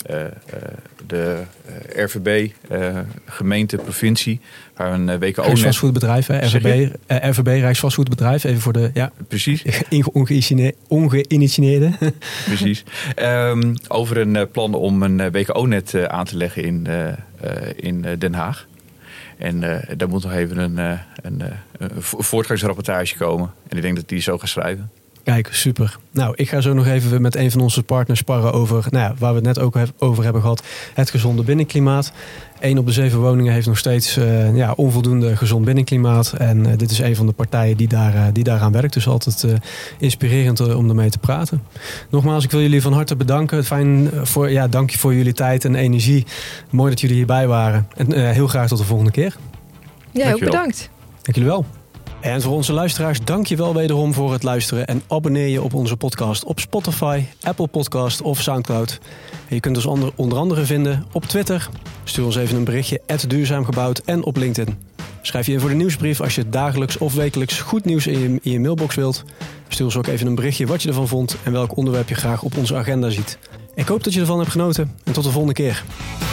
Speaker 3: uh, de uh, R V B, uh, gemeente, provincie, waar een uh, W K O-net...
Speaker 1: Rijksvastgoedbedrijf, hè? R V B, uh, R V B, Rijksvastgoedbedrijf, even voor de... Ja.
Speaker 3: Precies.
Speaker 1: Ongeïnitieerde.
Speaker 3: Precies. Um, over een uh, plan om een uh, W K O-net uh, aan te leggen in, uh, uh, in uh, Den Haag. En uh, daar moet nog even een, uh, een, uh, een voortgangsrapportage komen. En ik denk dat die zo gaat schrijven.
Speaker 1: Kijk, super. Nou, ik ga zo nog even met een van onze partners sparren over, nou ja, waar we het net ook over hebben gehad, het gezonde binnenklimaat. Eén op de zeven woningen heeft nog steeds uh, ja, onvoldoende gezond binnenklimaat. En uh, dit is een van de partijen die, daar, uh, die daaraan werkt. Dus altijd uh, inspirerend uh, om ermee te praten. Nogmaals, ik wil jullie van harte bedanken. Fijn voor, ja, dank je voor jullie tijd en energie. Mooi dat jullie hierbij waren. En uh, heel graag tot de volgende keer.
Speaker 2: Ja, ook bedankt.
Speaker 1: Dank jullie wel. En voor onze luisteraars, dank je wel wederom voor het luisteren. En abonneer je op onze podcast op Spotify, Apple Podcast of Soundcloud. En je kunt ons onder, onder andere vinden op Twitter. Stuur ons even een berichtje, at duurzaamgebouwd en op LinkedIn. Schrijf je in voor de nieuwsbrief als je dagelijks of wekelijks goed nieuws in je, in je mailbox wilt. Stuur ons ook even een berichtje wat je ervan vond en welk onderwerp je graag op onze agenda ziet. Ik hoop dat je ervan hebt genoten en tot de volgende keer.